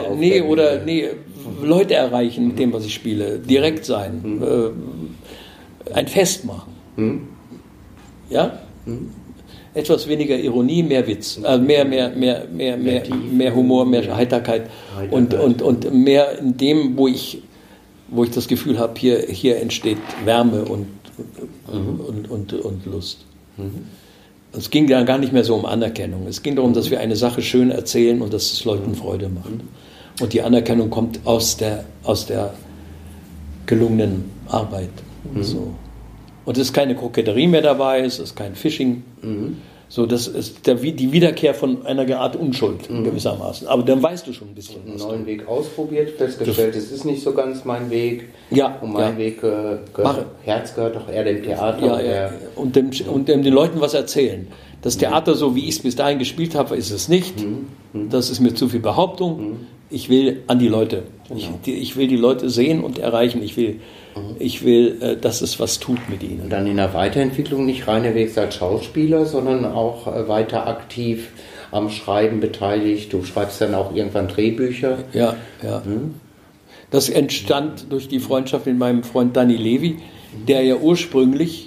Leute erreichen mit dem, was ich spiele. Direkt sein. Ein Fest machen. Ja? Etwas weniger Ironie, mehr Witz. Mehr Humor, mehr Heiterkeit. Und mehr in dem, wo ich das Gefühl habe, hier entsteht Wärme und Lust. Es ging dann gar nicht mehr so um Anerkennung. Es ging darum, dass wir eine Sache schön erzählen und dass es Leuten Freude macht. Und die Anerkennung kommt aus der gelungenen Arbeit. So. Und es ist keine Koketterie mehr dabei, es ist kein Phishing. So, das ist die Wiederkehr von einer Art Unschuld gewissermaßen. Aber dann weißt du schon ein bisschen. Einen neuen Weg ausprobiert, festgestellt, es ist nicht so ganz mein Weg. Ja. Und mein Weg Herz gehört doch eher dem Theater. Ja. Und den Leuten was erzählen. Das Theater, so wie ich es bis dahin gespielt habe, ist es nicht. Das ist mir zu viel Behauptung. Ich will an die Leute. Ich will die Leute sehen und erreichen. Ich will, dass es was tut mit ihnen. Und dann in der Weiterentwicklung nicht reinwegs als Schauspieler, sondern auch weiter aktiv am Schreiben beteiligt. Du schreibst dann auch irgendwann Drehbücher. Ja. Das entstand durch die Freundschaft mit meinem Freund Danny Levy, der ja ursprünglich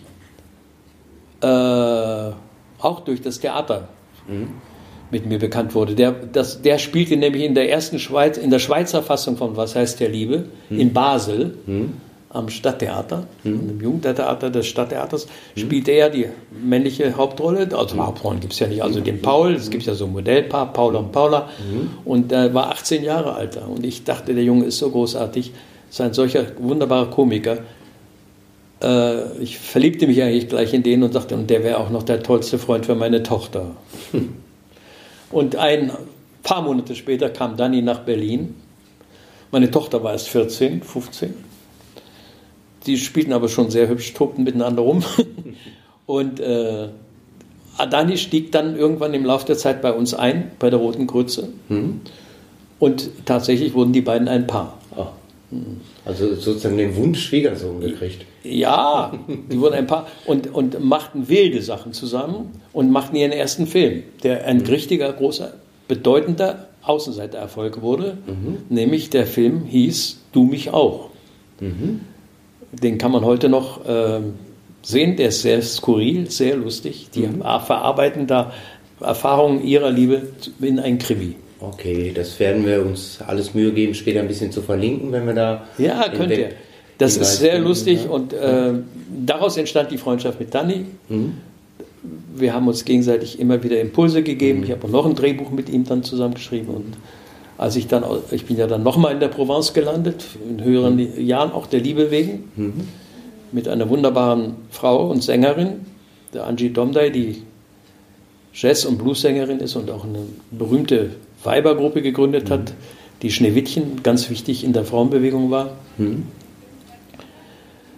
auch durch das Theater mit mir bekannt wurde. Der spielte nämlich in der Schweizer Fassung von Was heißt der Liebe in Basel am Stadttheater, im Jugendtheater des Stadttheaters, spielte er die männliche Hauptrolle. Also Hauptrollen gibt es ja nicht, also den Paul, es gibt ja so ein Modellpaar, Paula und Paula, und er war 18 Jahre alt. Und ich dachte, der Junge ist so großartig, ist ein solcher wunderbarer Komiker. Ich verliebte mich eigentlich gleich in den und sagte, und der wäre auch noch der tollste Freund für meine Tochter. Und ein paar Monate später kam Danny nach Berlin. Meine Tochter war erst 14, 15. Die spielten aber schon sehr hübsch, tobten miteinander rum. Und Danny stieg dann irgendwann im Laufe der Zeit bei uns ein, bei der Roten Grütze. Und tatsächlich wurden die beiden ein Paar. Also sozusagen den Wunsch Schwiegersohn gekriegt. Ja, die wurden ein Paar und machten wilde Sachen zusammen und machten ihren ersten Film, der ein richtiger, großer, bedeutender Außenseitererfolg wurde. Nämlich der Film hieß Du mich auch. Den kann man heute noch sehen, der ist sehr skurril, sehr lustig. Die verarbeiten da Erfahrungen ihrer Liebe in ein Krimi. Okay, das werden wir uns alles Mühe geben, später ein bisschen zu verlinken, wenn wir da... Ja, könnt ihr. Das ist sehr lustig und daraus entstand die Freundschaft mit Danny. Wir haben uns gegenseitig immer wieder Impulse gegeben. Ich habe auch noch ein Drehbuch mit ihm dann zusammengeschrieben und als ich bin ja dann nochmal in der Provence gelandet, in höheren Jahren, auch der Liebe wegen, mit einer wunderbaren Frau und Sängerin, der Angie Domdai, die Jazz- und Blues-Sängerin ist und auch eine berühmte Weibergruppe gegründet hat, die Schneewittchen, ganz wichtig in der Frauenbewegung war.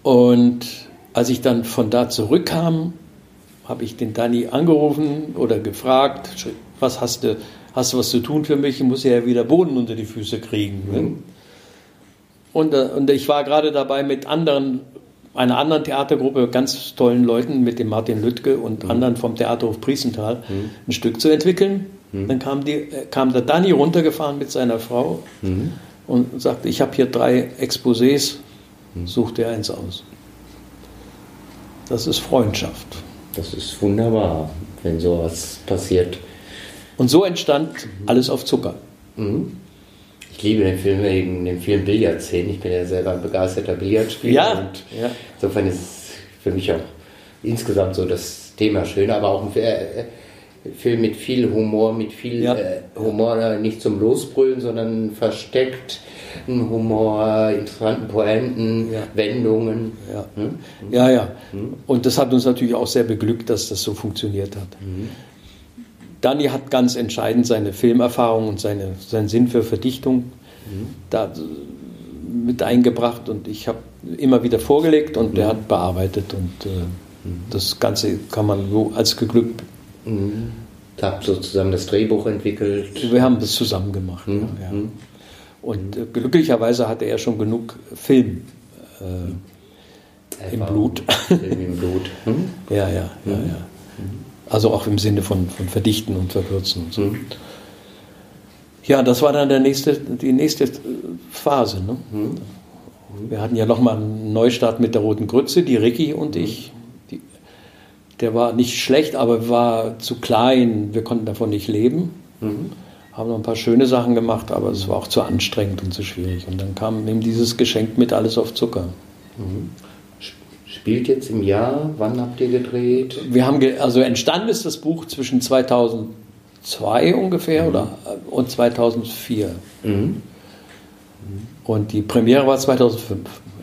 Und als ich dann von da zurückkam, habe ich den Danny angerufen oder gefragt, was hast du was zu tun für mich? Ich muss ja wieder Boden unter die Füße kriegen. Ne? Und ich war gerade dabei mit einer anderen Theatergruppe, ganz tollen Leuten, mit dem Martin Lüttke und anderen vom Theaterhof Priesenthal, ein Stück zu entwickeln. Dann kam der Danny runtergefahren mit seiner Frau und sagte, ich habe hier 3 Exposés, such dir eins aus. Das ist Freundschaft. Das ist wunderbar, wenn sowas passiert. Und so entstand Alles auf Zucker. Ich liebe den Film wegen dem vielen Billardszenen. Ich bin ja selber ein begeisterter Billardspieler. Ja, und insofern ist es für mich auch insgesamt so das Thema schön, aber auch ein Film mit viel Humor, Humor nicht zum Losbrüllen, sondern versteckt. Humor, interessanten Pointen, Wendungen. Ja. Und das hat uns natürlich auch sehr beglückt, dass das so funktioniert hat. Danny hat ganz entscheidend seine Filmerfahrung und seinen Sinn für Verdichtung da mit eingebracht und ich habe immer wieder vorgelegt und der hat bearbeitet und das Ganze kann man so als geglückt. Ich habe sozusagen das Drehbuch entwickelt. Wir haben das zusammen gemacht. Und glücklicherweise hatte er schon genug Film im Blut. Film im Blut. Ja. Also auch im Sinne von Verdichten und Verkürzen und so. Ja, das war dann die nächste Phase. Ne? Wir hatten ja nochmal einen Neustart mit der Roten Grütze, die Ricky und ich. Der war nicht schlecht, aber war zu klein. Wir konnten davon nicht leben. Haben noch ein paar schöne Sachen gemacht, aber es war auch zu anstrengend und zu schwierig. Und dann kam eben dieses Geschenk mit Alles auf Zucker. Spielt jetzt im Jahr? Wann habt ihr gedreht? Wir haben also entstanden ist das Buch zwischen 2002 ungefähr und 2004. Und die Premiere war 2005.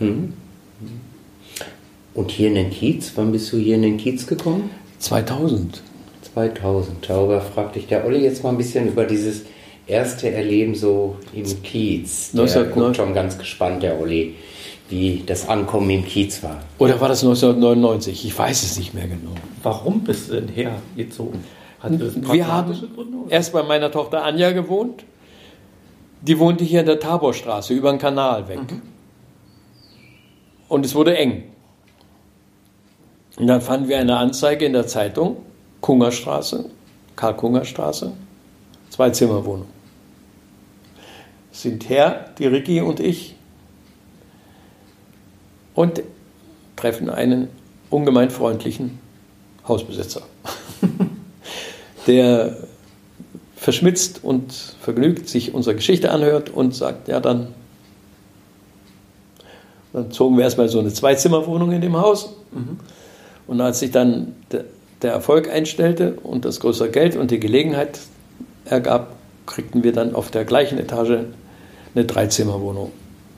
Und hier in den Kiez? Wann bist du hier in den Kiez gekommen? 2000. Darüber fragt dich der Olli jetzt mal ein bisschen über dieses erste Erleben so im Kiez. Der guckt schon ganz gespannt, der Olli, wie das Ankommen im Kiez war. Oder war das 1999? Ich weiß es nicht mehr genau. Warum bist du denn hergezogen? Wir haben erst bei meiner Tochter Anja gewohnt. Die wohnte hier in der Taborstraße, über den Kanal weg. Und es wurde eng. Und dann fanden wir eine Anzeige in der Zeitung, Karl-Kunger-Straße, 2-Zimmer-Wohnung. Sind her, die Ricky und ich, und treffen einen ungemein freundlichen Hausbesitzer, der verschmitzt und vergnügt sich unsere Geschichte anhört und sagt, ja dann zogen wir erstmal so eine 2-Zimmer-Wohnung in dem Haus. Und als sich dann der Erfolg einstellte und das größere Geld und die Gelegenheit ergab, kriegten wir dann auf der gleichen Etage eine 3-Zimmer-Wohnung.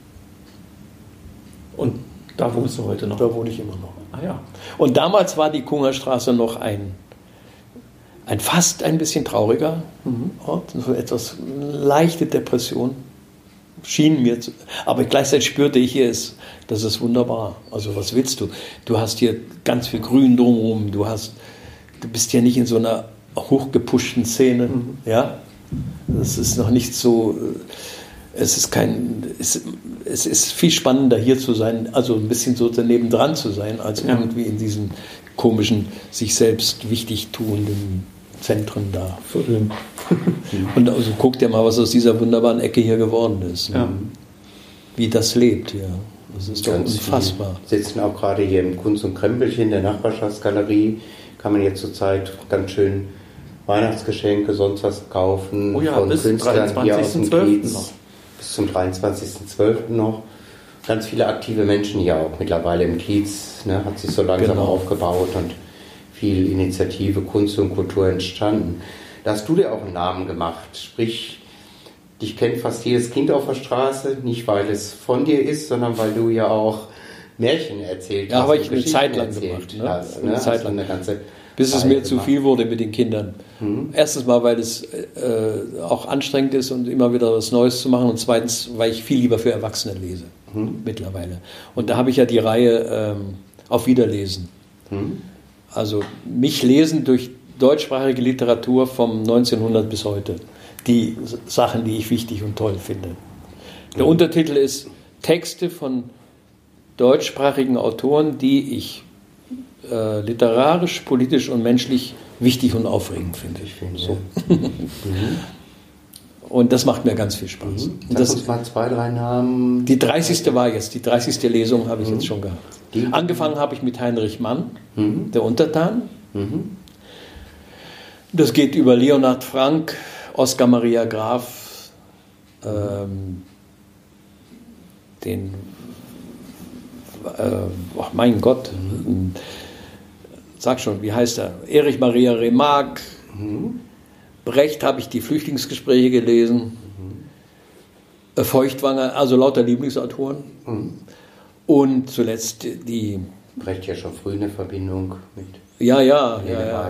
Und da wohnst du heute noch? Da wohne ich immer noch. Ah ja. Und damals war die Kungerstraße noch ein fast ein bisschen trauriger Ort, so etwas leichte Depression. Schien mir zu, aber gleichzeitig spürte ich hier, das ist wunderbar. Also was willst du? Du hast hier ganz viel Grün drumherum, du bist ja nicht in so einer hochgepushten Szene. Ja? Das ist noch nicht so, es ist viel spannender hier zu sein, also ein bisschen so daneben dran zu sein, als irgendwie in diesen komischen, sich selbst wichtig tuenden Zentren da. Und also guck dir mal, was aus dieser wunderbaren Ecke hier geworden ist. Ja. Wie das lebt hier. Das ist doch Ganz unfassbar. Wir sitzen auch gerade hier im Kunst- und Krempelchen, der Nachbarschaftsgalerie. Kann man jetzt zurzeit ganz schön Weihnachtsgeschenke, sonst was kaufen. Oh ja, von bis zum Künstlern hier aus dem 23.12. Kiez. noch. Bis zum 23.12. noch. Ganz viele aktive Menschen hier auch mittlerweile im Kiez. Ne, hat sich so langsam aufgebaut und viel Initiative, Kunst und Kultur entstanden. Da hast du dir auch einen Namen gemacht. Sprich, dich kennt fast jedes Kind auf der Straße, nicht weil es von dir ist, sondern weil du ja auch Märchen erzählt hast. Ja, habe ich eine Geschichten Zeit lang erzählt gemacht. hast, Eine Zeit lang. Bis es Reihe mir zu gemacht. viel wurde mit den Kindern. Erstens mal, weil es auch anstrengend ist und immer wieder was Neues zu machen. Und zweitens, weil ich viel lieber für Erwachsene lese. mittlerweile. Und da habe ich ja die Reihe Auf Wiederlesen. Also mich lesen durch deutschsprachige Literatur vom 1900 bis heute. Die Sachen, die ich wichtig und toll finde. Der Untertitel ist Texte von deutschsprachigen Autoren, die ich literarisch, politisch und menschlich wichtig und aufregend finde. So. Und das macht mir ganz viel Spaß. Sag uns mal 2, 3 Namen. Die 30. war jetzt, die 30. Lesung habe ich jetzt schon gehabt. Angefangen habe ich mit Heinrich Mann, der Untertan. Das geht über Leonhard Frank, Oskar Maria Graf, mein Gott, sag schon, wie heißt er? Erich Maria Remarque. Brecht habe ich die Flüchtlingsgespräche gelesen. Feuchtwanger, also lauter Lieblingsautoren. Und zuletzt die... Brecht ja schon früh eine Verbindung mit... Ja.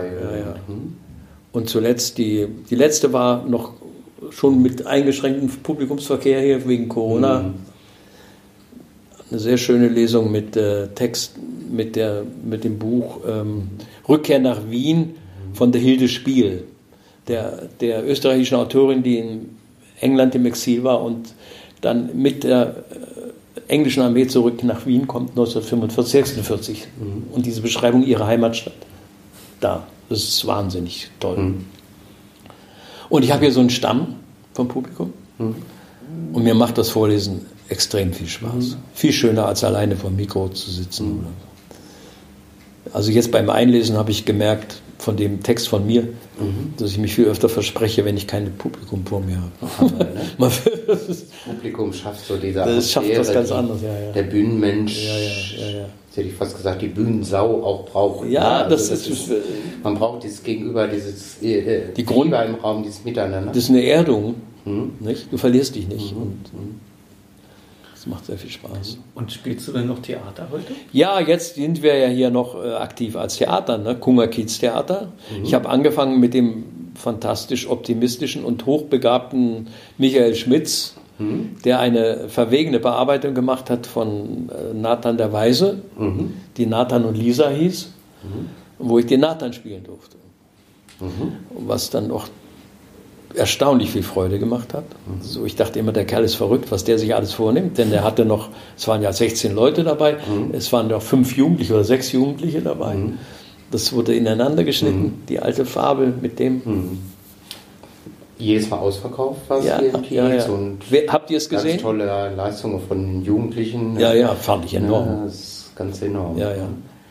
Und zuletzt die letzte war noch schon mit eingeschränktem Publikumsverkehr hier wegen Corona. Eine sehr schöne Lesung mit Text, mit dem Buch Rückkehr nach Wien von der Hilde Spiel, der österreichischen Autorin, die in England im Exil war und dann mit der englischen Armee zurück nach Wien kommt, 1945, 1946. Und diese Beschreibung ihrer Heimatstadt. Das ist wahnsinnig toll. Und ich habe hier so einen Stamm vom Publikum und mir macht das Vorlesen extrem viel Spaß. Viel schöner als alleine vor dem Mikro zu sitzen. Also jetzt beim Einlesen habe ich gemerkt, von dem Text von mir, dass ich mich viel öfter verspreche, wenn ich kein Publikum vor mir habe. Das Publikum schafft so diese Atmosphäre, das schafft was ganz anderes, der Bühnenmensch, jetzt hätte ich fast gesagt, die Bühnensau auch braucht. Ja, also das ist, man braucht dieses Gegenüber, dieses Gegenüber im Raum, dieses Miteinander. Das ist eine Erdung, nicht? Du verlierst dich nicht. Und das macht sehr viel Spaß. Und spielst du denn noch Theater heute? Ja, jetzt sind wir ja hier noch aktiv als Theater, ne? Kunger-Kiez-Theater. Ich habe angefangen mit dem fantastisch optimistischen und hochbegabten Michael Schmitz, der eine verwegene Bearbeitung gemacht hat von Nathan der Weise, die Nathan und Lisa hieß, wo ich den Nathan spielen durfte. Was dann auch erstaunlich viel Freude gemacht hat. So, ich dachte immer, der Kerl ist verrückt, was der sich alles vornimmt, denn der hatte noch, es waren ja 16 Leute dabei, es waren noch 5 Jugendliche oder 6 Jugendliche dabei. Das wurde ineinander geschnitten, die alte Fabel mit dem. Jedes Mal ausverkauft war es hier im Kiez. Und habt ihr es gesehen? Ganz tolle Leistungen von den Jugendlichen. Ja, fand ich enorm. Ja, das ist ganz enorm. Ja.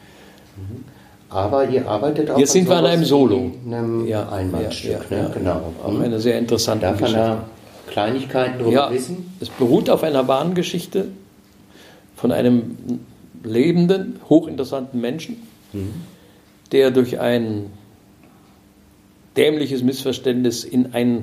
Aber ihr arbeitet auch jetzt sind wir an einem Solo. Einem Einmalstück, ne? Genau. Auch eine sehr interessante Darf Geschichte. man da Kleinigkeiten drüber wissen? Es beruht auf einer wahren Geschichte von einem lebenden, hochinteressanten Menschen, der durch ein dämliches Missverständnis in ein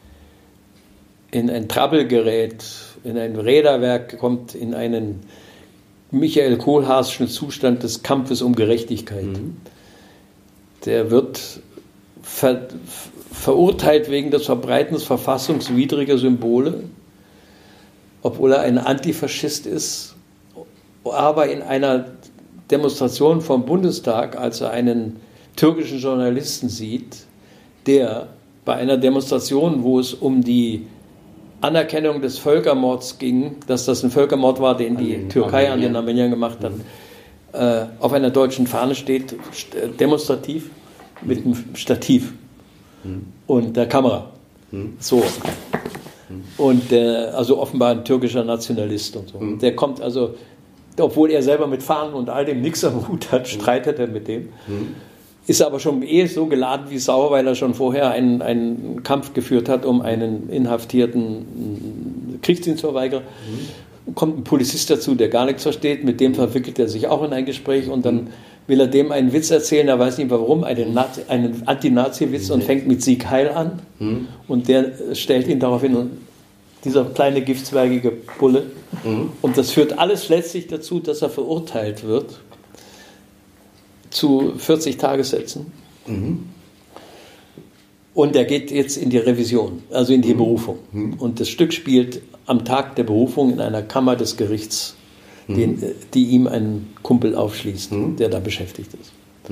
Trouble gerät, in ein Räderwerk kommt, in einen Michael Kohlhaaschen Zustand des Kampfes um Gerechtigkeit. Der wird verurteilt wegen des Verbreitens verfassungswidriger Symbole, obwohl er ein Antifaschist ist, aber in einer Demonstration vom Bundestag, als er einen türkischen Journalisten sieht, der bei einer Demonstration, wo es um die Anerkennung des Völkermords ging, dass das ein Völkermord war, den die Türkei an den Armeniern gemacht hat, auf einer deutschen Fahne steht, demonstrativ, mit einem Stativ und der Kamera. So. Und also offenbar ein türkischer Nationalist und so. Der kommt also, obwohl er selber mit Fahnen und all dem nichts am Hut hat, streitet er mit dem. Ist aber schon so geladen wie Sau, weil er schon vorher einen Kampf geführt hat um einen inhaftierten Kriegsdienstverweigerer. Kommt ein Polizist dazu, der gar nichts versteht, mit dem verwickelt er sich auch in ein Gespräch und dann will er dem einen Witz erzählen, er weiß nicht warum, einen Anti-Nazi-Witz und fängt mit Sieg Heil an und der stellt ihn darauf hin, dieser kleine giftzwergige Bulle. Und das führt alles letztlich dazu, dass er verurteilt wird zu 40 Tagessätzen. Und der geht jetzt in die Revision, also in die Berufung. Und das Stück spielt am Tag der Berufung in einer Kammer des Gerichts, die ihm ein Kumpel aufschließt, der da beschäftigt ist.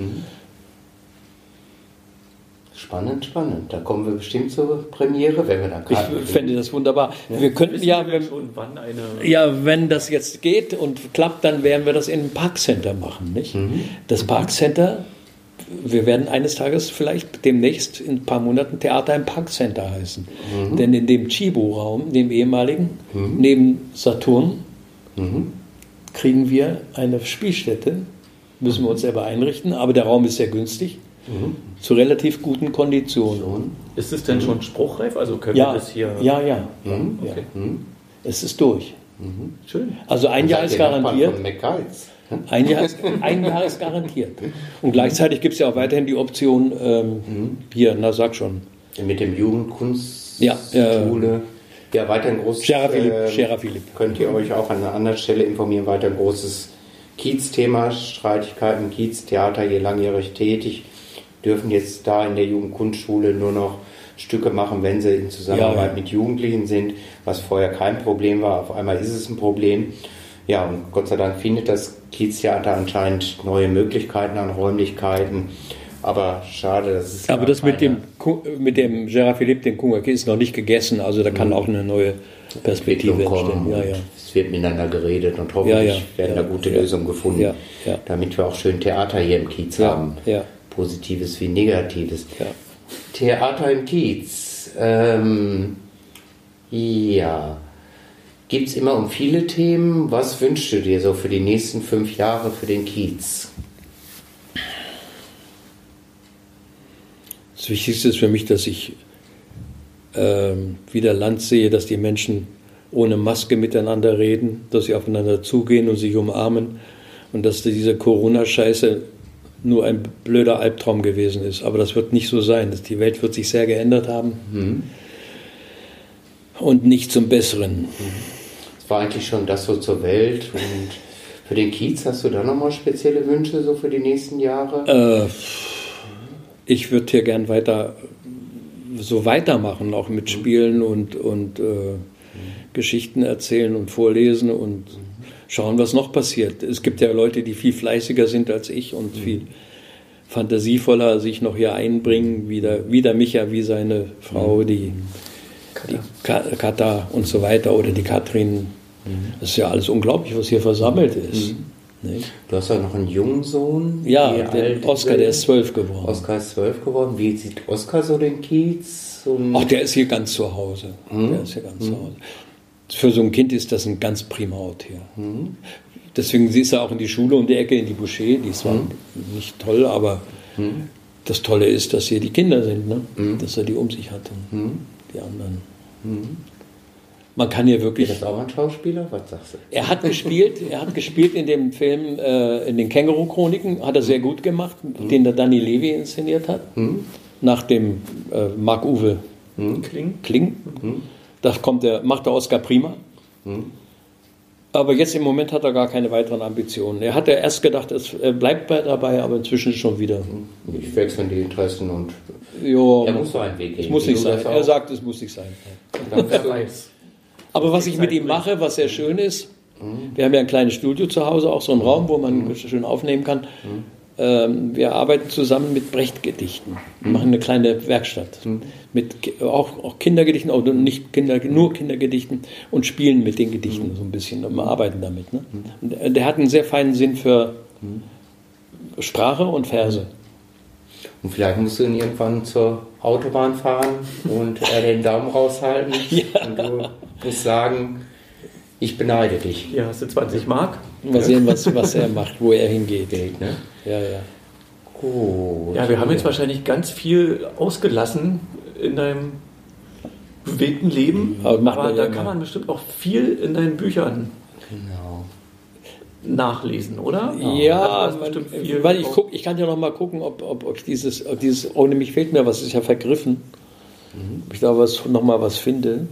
Spannend. Da kommen wir bestimmt zur Premiere, wenn wir da Karten Ich fände das wunderbar. Wir könnten ja, wenn das jetzt geht und klappt, dann werden wir das in einem Parkcenter machen, nicht? Das Parkcenter, wir werden eines Tages vielleicht demnächst in ein paar Monaten Theater im Parkcenter heißen. Denn in dem Chibo-Raum, dem ehemaligen, neben Saturn, kriegen wir eine Spielstätte. Müssen wir uns selber einrichten, aber der Raum ist sehr günstig. Zu relativ guten Konditionen. Ist es denn schon spruchreif? Also können wir das hier... Ja. Okay. Es ist durch. Schön. Also ein Jahr ist garantiert. Von McGuides. Ein Jahr ist garantiert. Und gleichzeitig gibt es ja auch weiterhin die Option, hier, sag schon. Mit dem Jugendkunstschule. Ja, weiterhin großes... Gérard Philippe. Könnt ihr euch auch an einer anderen Stelle informieren. Weiter ein großes Kiez-Thema, Streitigkeiten, Kiez-Theater, hier langjährig tätig. Dürfen jetzt da in der Jugendkunstschule nur noch Stücke machen, wenn sie in Zusammenarbeit mit Jugendlichen sind, was vorher kein Problem war. Auf einmal ist es ein Problem. Ja, und Gott sei Dank findet das Kiez-Theater anscheinend neue Möglichkeiten an Räumlichkeiten. Aber schade, dass es... Aber das mit dem Gérard Philippe, den Kunga, ist noch nicht gegessen. Also da kann auch eine neue Perspektive entstehen. Es wird miteinander geredet und hoffentlich werden da gute Lösungen gefunden, damit wir auch schön Theater hier im Kiez haben. Ja. Positives wie Negatives. Ja. Theater im Kiez. Gibt es immer um viele Themen. Was wünschst du dir so für die nächsten 5 Jahre für den Kiez? Das Wichtigste ist für mich, dass ich wieder Land sehe, dass die Menschen ohne Maske miteinander reden, dass sie aufeinander zugehen und sich umarmen und dass diese Corona-Scheiße nur ein blöder Albtraum gewesen ist. Aber das wird nicht so sein. Die Welt wird sich sehr geändert haben und nicht zum Besseren. Das war eigentlich schon das so zur Welt. Und für den Kiez hast du da nochmal spezielle Wünsche so für die nächsten Jahre? Ich würde hier gern weitermachen, auch mit Spielen und Geschichten erzählen und vorlesen und schauen, was noch passiert. Es gibt ja Leute, die viel fleißiger sind als ich und viel fantasievoller sich noch hier einbringen, wie der Micha, wie seine Frau, die Katha und so weiter, oder die Katrin. Das ist ja alles unglaublich, was hier versammelt ist. Nee. Du hast ja noch einen jungen Sohn. Ja, der Oskar, der ist 12 geworden. Oskar ist 12 geworden. Wie sieht Oskar so den Kiez? Ach, der ist hier ganz zu Hause. Für so ein Kind ist das ein ganz prima Ort hier. Deswegen ist er auch in die Schule um die Ecke, in die Boucher. Die ist zwar nicht toll, aber das Tolle ist, dass hier die Kinder sind, ne? Dass er die um sich hat und die anderen. Man kann hier wirklich... Ist das auch ein Schauspieler? Was sagst du? Er hat gespielt in dem Film, in den Känguru-Chroniken, hat er sehr gut gemacht, den der Danny Levy inszeniert hat, nach dem Marc-Uwe Kling. Das macht der Oskar prima. Aber jetzt im Moment hat er gar keine weiteren Ambitionen. Er hatte erst gedacht, er bleibt dabei, aber inzwischen schon wieder. Ich wechseln die Interessen und er muss so einen Weg gehen. Es muss nicht sein. Er sagt, es muss nicht sein. Aber was ich mit ihm mache, was sehr schön ist, wir haben ja ein kleines Studio zu Hause, auch so einen Raum, wo man schön aufnehmen kann. Wir arbeiten zusammen mit Brecht-Gedichten, machen eine kleine Werkstatt mit auch Kindergedichten, auch nicht nur Kindergedichten, und spielen mit den Gedichten so ein bisschen und wir arbeiten damit. Ne? Und der hat einen sehr feinen Sinn für Sprache und Verse. Und vielleicht musst du ihn irgendwann zur Autobahn fahren und er den Daumen raushalten und du musst sagen, ich beneide dich. Hier hast du 20 Mark. Mal sehen, was er macht, wo er hingeht. Ne? Ja. Gut. Ja, wir haben jetzt wahrscheinlich ganz viel ausgelassen in deinem bewegten Leben, aber da kann man bestimmt auch viel in deinen Büchern nachlesen, oder? Ja, weil ich kann ja noch mal gucken, ob dieses ohne mich fehlt mir was, ist ja vergriffen. Ob ich da noch mal was finde.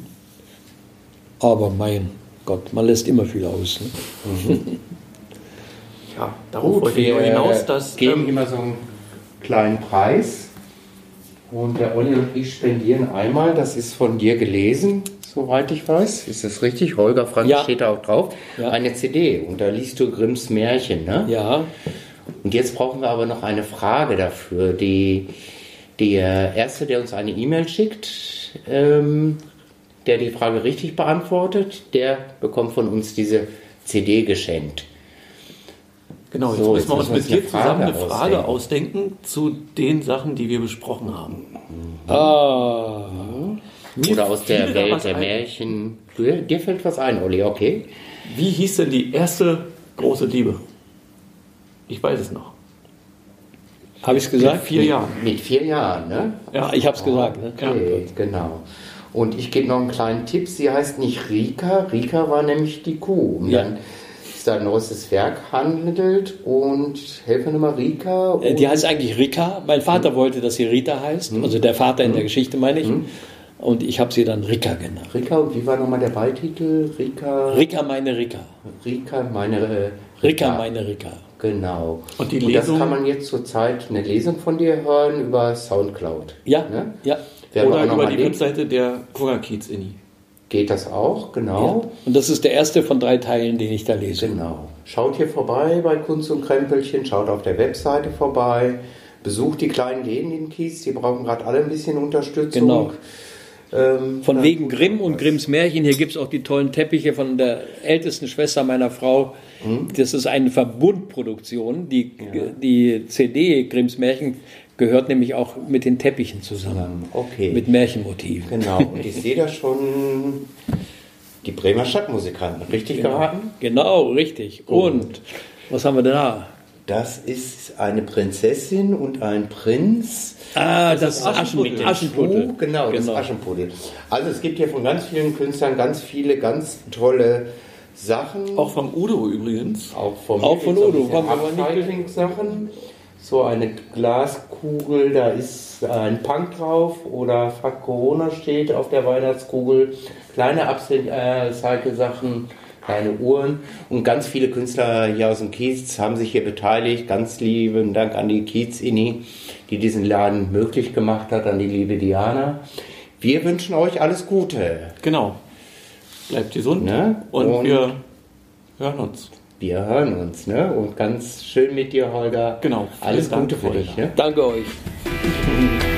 Aber mein Gott, man lässt immer viel aus. Ne? Ja, darauf wollte ich hinaus, dass... geben immer so einen kleinen Preis. Und der Olli und ich spendieren einmal, das ist von dir gelesen, soweit ich weiß. Ist das richtig? Holger Frank steht da auch drauf. Ja. Eine CD. Und da liest du Grimms Märchen, ne? Ja. Und jetzt brauchen wir aber noch eine Frage dafür. Der Erste, der uns eine E-Mail schickt, der die Frage richtig beantwortet, der bekommt von uns diese CD geschenkt. Genau, jetzt müssen wir uns mit dir zusammen eine Frage ausdenken zu den Sachen, die wir besprochen haben. Oder aus der Welt der Märchen. Dir fällt was ein, Olli, okay? Wie hieß denn die erste große Liebe? Ich weiß es noch. Habe ich es gesagt? Mit 4 Jahren. Mit 4 Jahren, ne? Ja, ich habe es gesagt. Ne? Okay, genau. Und ich gebe noch einen kleinen Tipp. Sie heißt nicht Rika. Rika war nämlich die Kuh. Und dann ist da ein neues Werk handelt und helfe nochmal Rika. Die heißt eigentlich Rika. Mein Vater wollte, dass sie Rita heißt. Also der Vater in der Geschichte, meine ich. Und ich habe sie dann Rika genannt. Rika, und wie war nochmal der Beititel? Rika meine Rika. Rika meine Rika meine Rika. Genau. Und die Lesung, das kann man jetzt zurzeit eine Lesung von dir hören über Soundcloud. Ja, ne? Ja. Oder über die Webseite der Kungerkiez-Inni. Geht das auch, genau. Ja. Und das ist der erste von 3 Teilen, den ich da lese. Genau. Schaut hier vorbei bei Kunst und Krempelchen, schaut auf der Webseite vorbei, besucht die kleinen Läden in Kiez, die brauchen gerade alle ein bisschen Unterstützung. Genau. Von wegen Grimm und Grimms Märchen, hier gibt es auch die tollen Teppiche von der ältesten Schwester meiner Frau. Das ist eine Verbundproduktion. Die CD Grimms Märchen gehört nämlich auch mit den Teppichen zusammen. Okay. Mit Märchenmotiven. Genau, und ich sehe da schon die Bremer Stadtmusikanten. Richtig geraten? Genau, richtig. Und was haben wir da? Das ist eine Prinzessin und ein Prinz. Das Aschenputtel. Genau, das Aschenputtel. Also es gibt hier von ganz vielen Künstlern ganz viele ganz tolle Sachen. Auch vom Udo übrigens. Auch von Udo. Sachen. So eine Glaskugel, da ist ein Punk drauf oder Fuck Corona steht auf der Weihnachtskugel. Kleine Upcycle-Sachen, kleine Uhren und ganz viele Künstler hier aus dem Kiez haben sich hier beteiligt. Ganz lieben Dank an die Kiez-Inni, die diesen Laden möglich gemacht hat, an die liebe Diana. Wir wünschen euch alles Gute. Genau. Bleibt gesund, ne? Und wir hören uns. Wir hören uns, ne? Und ganz schön mit dir, Holger. Genau. Alles Gute für dich, ne? Danke euch.